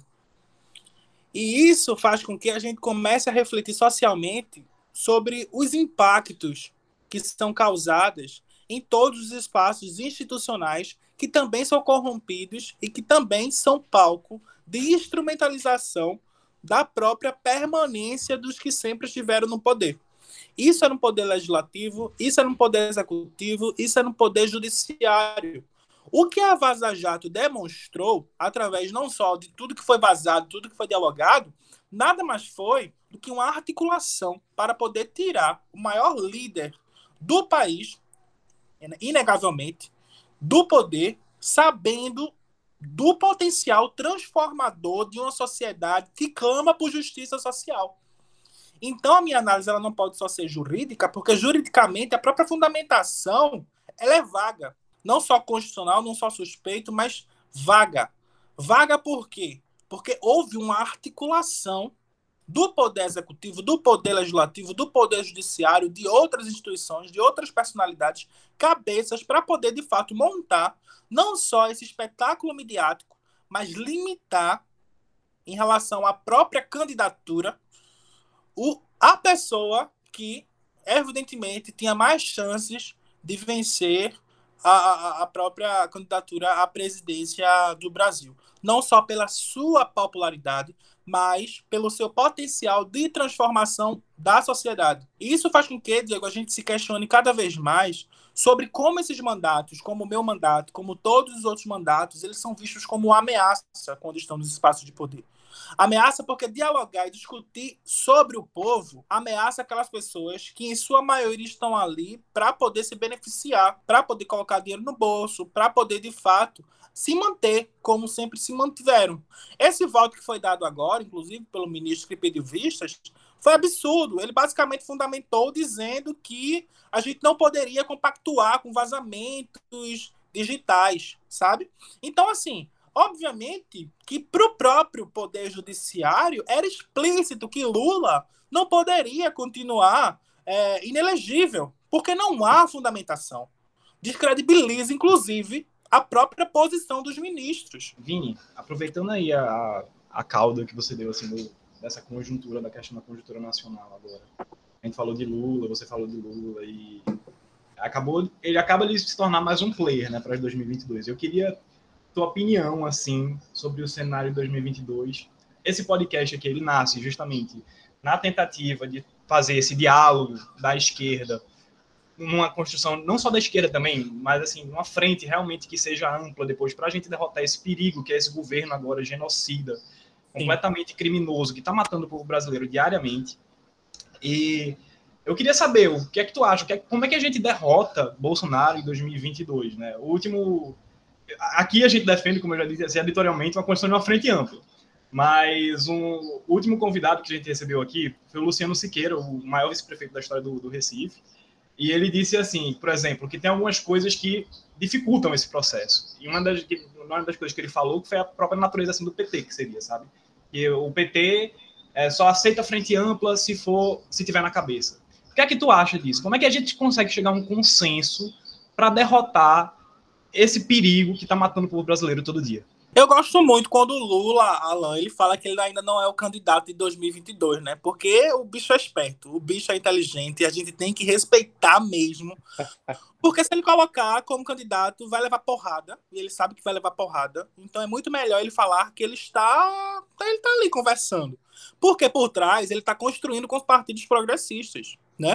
E isso faz com que a gente comece a refletir socialmente sobre os impactos que são causados em todos os espaços institucionais que também são corrompidos e que também são palco de instrumentalização da própria permanência dos que sempre estiveram no poder. Isso é no poder legislativo, isso é no poder executivo, isso é no poder judiciário. O que a Vaza Jato demonstrou, através não só de tudo que foi vazado, tudo que foi dialogado, nada mais foi do que uma articulação para poder tirar o maior líder do país, inegavelmente, do poder, sabendo do potencial transformador de uma sociedade que clama por justiça social. Então, a minha análise ela não pode só ser jurídica, porque juridicamente a própria fundamentação ela é vaga. Não só constitucional, não só suspeito, mas vaga. Vaga por quê? Porque houve uma articulação do Poder Executivo, do Poder Legislativo, do Poder Judiciário, de outras instituições, de outras personalidades, cabeças, para poder, de fato, montar não só esse espetáculo midiático, mas limitar, em relação à própria candidatura, o, a pessoa que, evidentemente, tinha mais chances de vencer a, a, a própria candidatura à presidência do Brasil. Não só pela sua popularidade, mas pelo seu potencial de transformação da sociedade. E isso faz com que, Diego, a gente se questione cada vez mais sobre como esses mandatos, como o meu mandato, como todos os outros mandatos, eles são vistos como ameaça quando estão nos espaços de poder. Ameaça porque dialogar e discutir sobre o povo ameaça aquelas pessoas que, em sua maioria, estão ali para poder se beneficiar, para poder colocar dinheiro no bolso, para poder, de fato, se manter como sempre se mantiveram. Esse voto que foi dado agora, inclusive pelo ministro que pediu vistas, foi absurdo. Ele basicamente fundamentou dizendo que a gente não poderia compactuar com vazamentos digitais, sabe? Então, assim, obviamente que para o próprio Poder Judiciário era explícito que Lula não poderia continuar é, inelegível, porque não há fundamentação. Descredibiliza, inclusive, a própria posição dos ministros. Vini, aproveitando aí a, a cauda que você deu assim, do, dessa conjuntura, da questão da conjuntura nacional agora. A gente falou de Lula, você falou de Lula, e acabou, ele acaba de se tornar mais um player, né, para dois mil e vinte e dois. Eu queria tua opinião assim, sobre o cenário de dois mil e vinte e dois. Esse podcast aqui, ele nasce justamente na tentativa de fazer esse diálogo da esquerda, uma construção não só da esquerda também, mas assim, uma frente realmente que seja ampla depois para a gente derrotar esse perigo que é esse governo agora genocida, completamente Sim. criminoso, que está matando o povo brasileiro diariamente. E eu queria saber o que é que tu acha, como é que a gente derrota Bolsonaro em dois mil e vinte e dois, né? O último... Aqui a gente defende, como eu já disse, editorialmente, uma construção de uma frente ampla. Mas um, o último convidado que a gente recebeu aqui foi o Luciano Siqueira, o maior vice-prefeito da história do, do Recife. E ele disse assim, por exemplo, que tem algumas coisas que dificultam esse processo. E uma das, uma das coisas que ele falou foi a própria natureza assim, do P T, que seria, sabe? Que o P T é, só aceita frente ampla se for, se tiver na cabeça. O que é que tu acha disso? Como é que a gente consegue chegar a um consenso para derrotar esse perigo que está matando o povo brasileiro todo dia? Eu gosto muito quando o Lula, Alan, ele fala que ele ainda não é o candidato de dois mil e vinte e dois, né? Porque o bicho é esperto, o bicho é inteligente e a gente tem que respeitar mesmo. Porque se ele colocar como candidato, vai levar porrada, e ele sabe que vai levar porrada. Então é muito melhor ele falar que ele está, ele está ali conversando. Porque por trás ele está construindo com os partidos progressistas, né?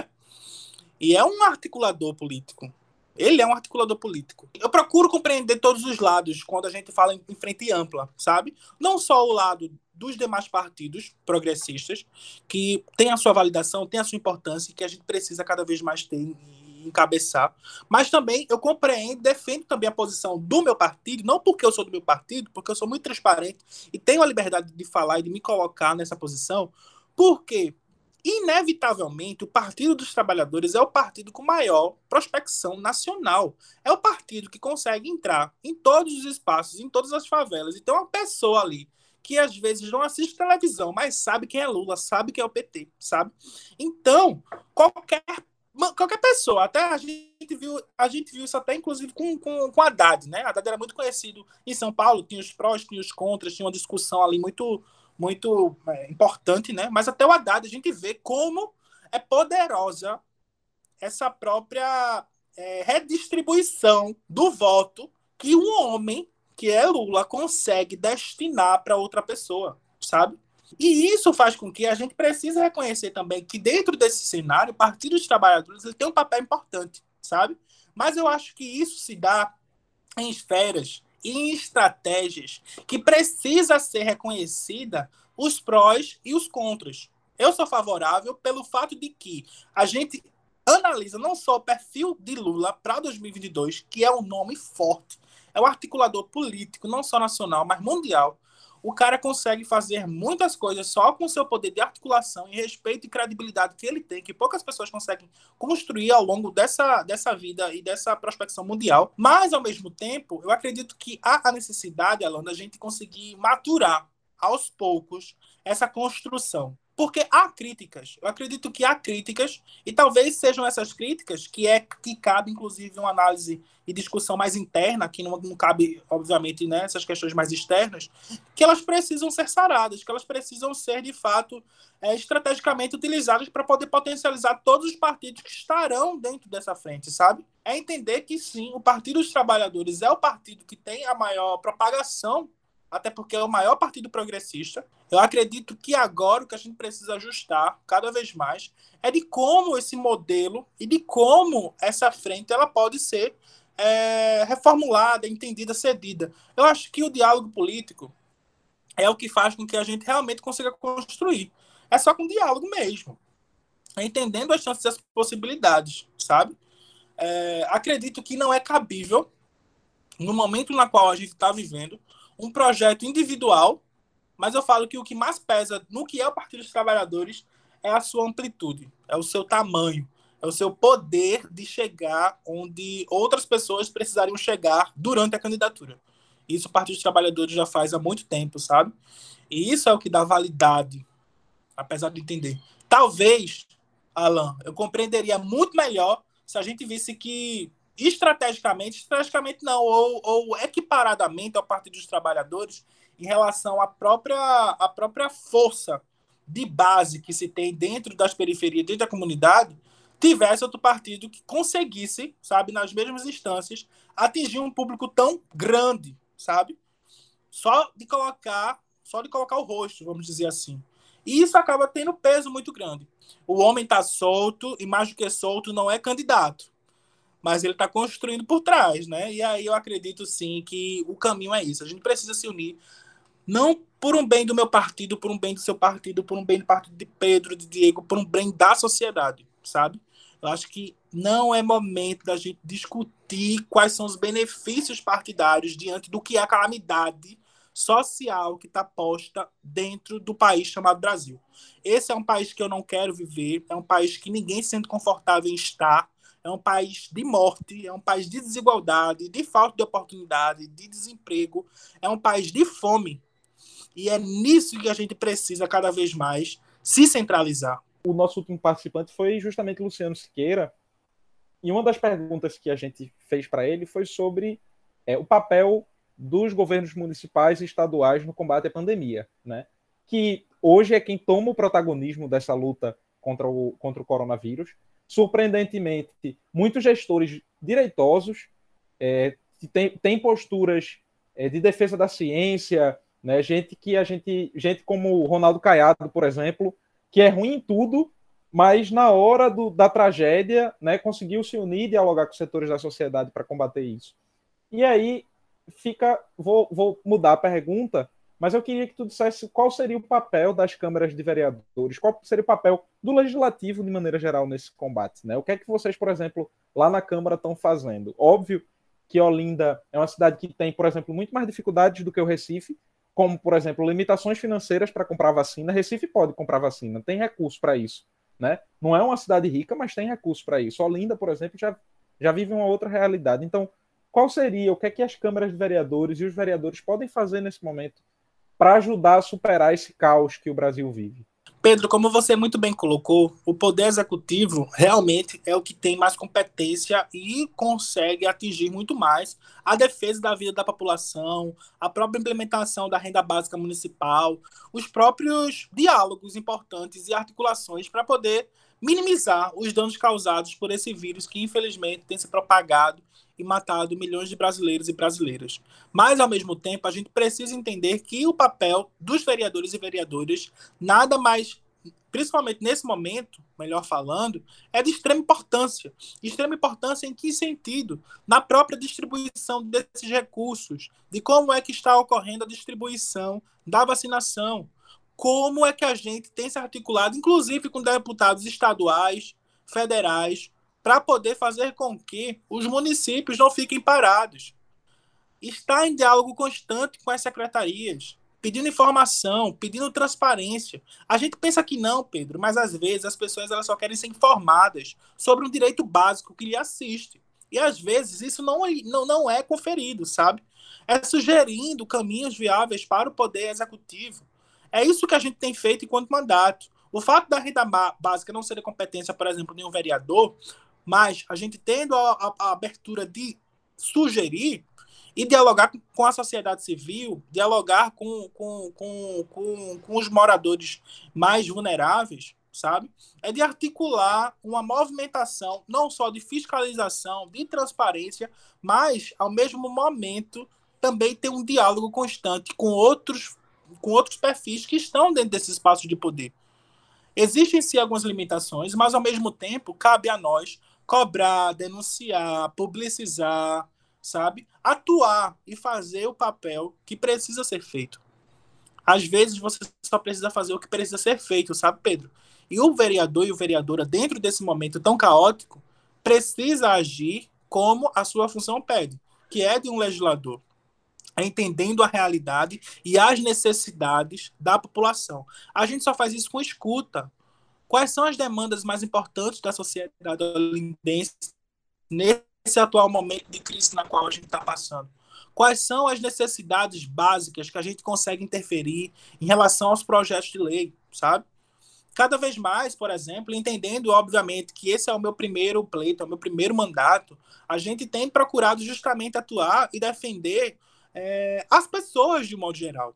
E é um articulador político. Ele é um articulador político. Eu procuro compreender todos os lados quando a gente fala em frente ampla, sabe? Não só o lado dos demais partidos progressistas, que tem a sua validação, tem a sua importância, que a gente precisa cada vez mais ter e encabeçar, mas também eu compreendo, defendo também a posição do meu partido, não porque eu sou do meu partido, porque eu sou muito transparente e tenho a liberdade de falar e de me colocar nessa posição, porque inevitavelmente, o Partido dos Trabalhadores é o partido com maior prospecção nacional. É o partido que consegue entrar em todos os espaços, em todas as favelas. Então, uma pessoa ali que às vezes não assiste televisão, mas sabe quem é Lula, sabe quem é o P T, sabe? Então, qualquer, qualquer pessoa, até a gente viu, a gente viu isso até inclusive com, com, com Haddad, né? Haddad era muito conhecido em São Paulo, tinha os prós, tinha os contras, tinha uma discussão ali muito... muito é, importante, né? Mas até o Haddad a gente vê como é poderosa essa própria é, redistribuição do voto que um homem, que é Lula, consegue destinar para outra pessoa, sabe? E isso faz com que a gente precise reconhecer também que dentro desse cenário, o Partido dos Trabalhadores ele tem um papel importante, sabe? Mas eu acho que isso se dá em esferas e em estratégias que precisa ser reconhecida os prós e os contras. Eu sou favorável pelo fato de que a gente analisa não só o perfil de Lula para dois mil e vinte e dois, que é um nome forte, é um articulador político, não só nacional, mas mundial. o cara consegue fazer muitas coisas só com o seu poder de articulação e respeito e credibilidade que ele tem, que poucas pessoas conseguem construir ao longo dessa, dessa vida e dessa prospecção mundial. Mas, ao mesmo tempo, eu acredito que há a necessidade, Alan, da gente conseguir maturar aos poucos essa construção. Porque há críticas, eu acredito que há críticas, e talvez sejam essas críticas que é que cabe, inclusive, uma análise e discussão mais interna, que não, não cabe, obviamente, né, essas questões mais externas, que elas precisam ser saradas, que elas precisam ser, de fato, é, estrategicamente utilizadas para poder potencializar todos os partidos que estarão dentro dessa frente, sabe? É entender que, sim, o Partido dos Trabalhadores é o partido que tem a maior propagação, até porque é o maior partido progressista. Eu acredito que agora o que a gente precisa ajustar cada vez mais é de como esse modelo e de como essa frente ela pode ser é, reformulada, entendida, cedida. Eu acho que o diálogo político é o que faz com que a gente realmente consiga construir. É só com diálogo mesmo. Entendendo as chances e as possibilidades, sabe? É, acredito que não é cabível, no momento no qual a gente está vivendo, um projeto individual, mas eu falo que o que mais pesa no que é o Partido dos Trabalhadores é a sua amplitude, é o seu tamanho, é o seu poder de chegar onde outras pessoas precisariam chegar durante a candidatura. Isso o Partido dos Trabalhadores já faz há muito tempo, sabe? E isso é o que dá validade, apesar de entender. Talvez, Alan, eu compreenderia muito melhor se a gente visse que estrategicamente, estrategicamente não, ou, ou equiparadamente ao Partido dos Trabalhadores, em relação à própria, à própria força de base que se tem dentro das periferias, dentro da comunidade, tivesse outro partido que conseguisse, sabe, nas mesmas instâncias, atingir um público tão grande, sabe? Só de colocar, só de colocar o rosto, vamos dizer assim. E isso acaba tendo peso muito grande. O homem está solto, e mais do que solto, não é candidato, mas ele está construindo por trás, né? E aí eu acredito, sim, que o caminho é isso. A gente precisa se unir, não por um bem do meu partido, por um bem do seu partido, por um bem do partido de Pedro, de Diego, por um bem da sociedade, sabe? Eu acho que não é momento da gente discutir quais são os benefícios partidários diante do que é a calamidade social que está posta dentro do país chamado Brasil. Esse é um país que eu não quero viver, é um país que ninguém se sente confortável em estar, é um país de morte, é um país de desigualdade, de falta de oportunidade, de desemprego, é um país de fome. E é nisso que a gente precisa cada vez mais se centralizar. O nosso último participante foi justamente Luciano Siqueira, e uma das perguntas que a gente fez para ele foi sobre é, o papel dos governos municipais e estaduais no combate à pandemia, né? Que hoje é quem toma o protagonismo dessa luta contra o, contra o coronavírus. Surpreendentemente, muitos gestores direitosos é, têm, têm posturas é, de defesa da ciência, né? Gente que a gente, gente como o Ronaldo Caiado, por exemplo, que é ruim em tudo, mas na hora do, da tragédia, né, conseguiu se unir e dialogar com os setores da sociedade para combater isso. E aí fica, vou, vou mudar a pergunta, mas eu queria que tu dissesse qual seria o papel das câmaras de vereadores, qual seria o papel do legislativo de maneira geral nesse combate, né? O que é que vocês, por exemplo, lá na Câmara estão fazendo? Óbvio que Olinda é uma cidade que tem, por exemplo, muito mais dificuldades do que o Recife, como, por exemplo, limitações financeiras para comprar vacina. Recife pode comprar vacina, tem recurso para isso, né? Não é uma cidade rica, mas tem recurso para isso. Olinda, por exemplo, já, já vive uma outra realidade. Então, qual seria, o que é que as câmaras de vereadores e os vereadores podem fazer nesse momento para ajudar a superar esse caos que o Brasil vive? Pedro, como você muito bem colocou, o Poder Executivo realmente é o que tem mais competência e consegue atingir muito mais a defesa da vida da população, a própria implementação da renda básica municipal, os próprios diálogos importantes e articulações para poder minimizar os danos causados por esse vírus que, infelizmente, tem se propagado e matado milhões de brasileiros e brasileiras. Mas, ao mesmo tempo, a gente precisa entender que o papel dos vereadores e vereadoras nada mais, principalmente nesse momento, melhor falando, é de extrema importância. Extrema importância em que sentido? Na própria distribuição desses recursos, de como é que está ocorrendo a distribuição da vacinação, como é que a gente tem se articulado, inclusive com deputados estaduais, federais, para poder fazer com que os municípios não fiquem parados. Está em diálogo constante com as secretarias, pedindo informação, pedindo transparência. A gente pensa que não, Pedro, mas às vezes as pessoas elas só querem ser informadas sobre um direito básico que lhe assiste. E às vezes isso não, não, não é conferido, sabe? É sugerindo caminhos viáveis para o poder executivo. É isso que a gente tem feito enquanto mandato. O fato da renda básica não ser a competência, por exemplo, de um vereador, mas a gente tendo a, a, a abertura de sugerir e dialogar com a sociedade civil, dialogar com, com, com, com, com os moradores mais vulneráveis, sabe? É de articular uma movimentação não só de fiscalização, de transparência, mas, ao mesmo momento, também ter um diálogo constante com outros, com outros perfis que estão dentro desse espaço de poder. Existem, sim, algumas limitações, mas, ao mesmo tempo, cabe a nós cobrar, denunciar, publicizar, sabe? Atuar e fazer o papel que precisa ser feito. Às vezes, você só precisa fazer o que precisa ser feito, sabe, Pedro? E o vereador e o vereadora, dentro desse momento tão caótico, precisa agir como a sua função pede, que é de um legislador, entendendo a realidade e as necessidades da população. A gente só faz isso com escuta. Quais são as demandas mais importantes da sociedade olindense nesse atual momento de crise na qual a gente está passando? Quais são as necessidades básicas que a gente consegue interferir em relação aos projetos de lei, sabe? Cada vez mais, por exemplo, entendendo, obviamente, que esse é o meu primeiro pleito, é o meu primeiro mandato, a gente tem procurado justamente atuar e defender é, as pessoas de modo geral.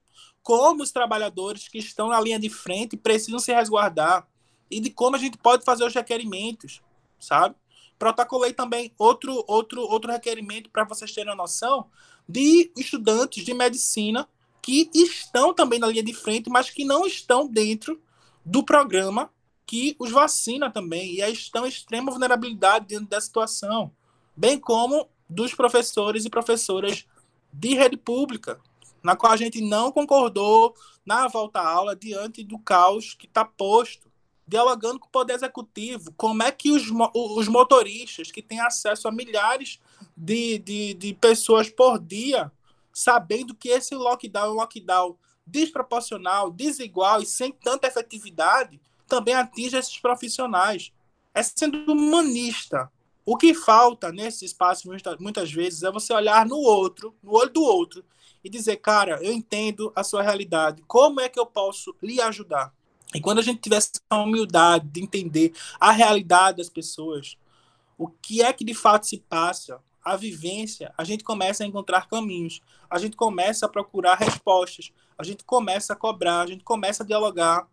Como os trabalhadores que estão na linha de frente precisam se resguardar e de como a gente pode fazer os requerimentos, sabe? Protocolei também outro, outro, outro requerimento para vocês terem uma noção de estudantes de medicina que estão também na linha de frente, mas que não estão dentro do programa que os vacina também, e estão em extrema vulnerabilidade dentro da situação, bem como dos professores e professoras de rede pública, na qual a gente não concordou na volta à aula diante do caos que está posto, dialogando com o Poder Executivo, como é que os, os motoristas que têm acesso a milhares de, de, de pessoas por dia, sabendo que esse lockdown é um lockdown desproporcional, desigual e sem tanta efetividade, também atinge esses profissionais. É sendo humanista. O que falta nesse espaço, muitas vezes, é você olhar no outro, no olho do outro, e dizer, cara, eu entendo a sua realidade, como é que eu posso lhe ajudar? E quando a gente tiver essa humildade de entender a realidade das pessoas, o que é que de fato se passa, a vivência, a gente começa a encontrar caminhos, a gente começa a procurar respostas, a gente começa a cobrar, a gente começa a dialogar.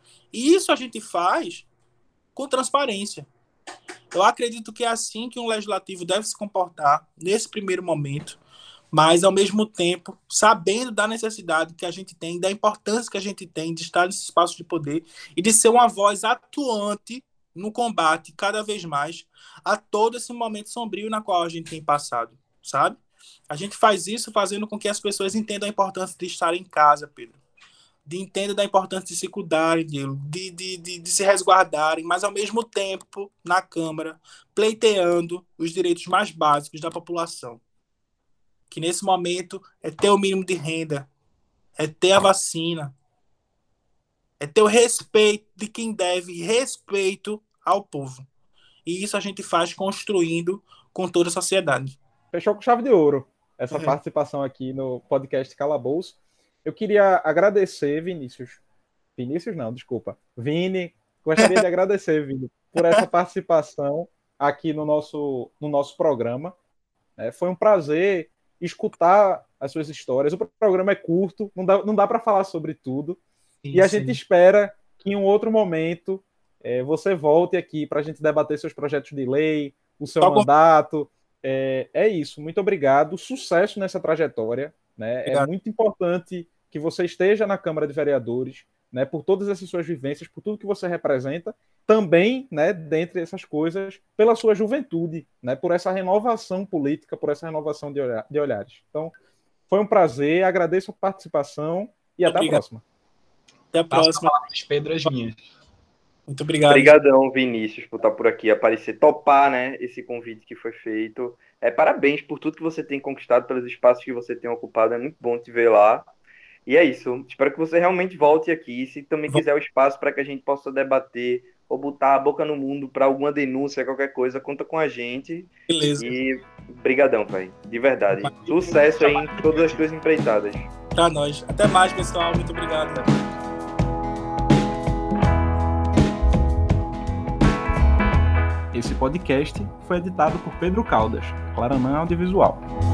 E isso a gente faz com transparência. Eu acredito que é assim que um legislativo deve se comportar nesse primeiro momento, mas, ao mesmo tempo, sabendo da necessidade que a gente tem, da importância que a gente tem de estar nesse espaço de poder e de ser uma voz atuante no combate, cada vez mais, a todo esse momento sombrio na qual a gente tem passado, sabe? A gente faz isso fazendo com que as pessoas entendam a importância de estar em casa, Pedro. De entender da importância de se cuidarem, de, de, de, de se resguardarem, mas, ao mesmo tempo, na Câmara, pleiteando os direitos mais básicos da população. Que, nesse momento, é ter o mínimo de renda, é ter a vacina, é ter o respeito de quem deve respeito ao povo. E isso a gente faz construindo com toda a sociedade. Fechou com chave de ouro essa Uhum. participação aqui no podcast Calabouço. Eu queria agradecer, Vinícius. Vinícius não, desculpa. Vini, gostaria de agradecer, Vini, por essa participação aqui no nosso, no nosso programa. É, foi um prazer escutar as suas histórias. O programa é curto, não dá, não dá para falar sobre tudo. Sim, e a sim. gente espera que em um outro momento é, você volte aqui para a gente debater seus projetos de lei, o seu tá mandato. É, é isso. Muito obrigado. Sucesso nessa trajetória. Né? É muito importante que você esteja na Câmara de Vereadores, né, por todas essas suas vivências, por tudo que você representa, também, né, dentre essas coisas, pela sua juventude, né, por essa renovação política, por essa renovação de, olhar, de olhares. Então, foi um prazer, agradeço a participação e até obrigado. a próxima. Até a próxima. Pedro, as minhas. Muito obrigado. Obrigadão, Vinícius, por estar por aqui, aparecer, topar, né, esse convite que foi feito. É, parabéns por tudo que você tem conquistado, pelos espaços que você tem ocupado, é muito bom te ver lá. E é isso. Espero que você realmente volte aqui. Se também quiser o espaço para que a gente possa debater ou botar a boca no mundo para alguma denúncia, qualquer coisa, conta com a gente. Beleza. E brigadão, pai. De verdade. Sucesso aí em todas as tuas empreitadas. Pra nós. Até mais, pessoal. Muito obrigado. Esse podcast foi editado por Pedro Caldas, Claranã Audiovisual.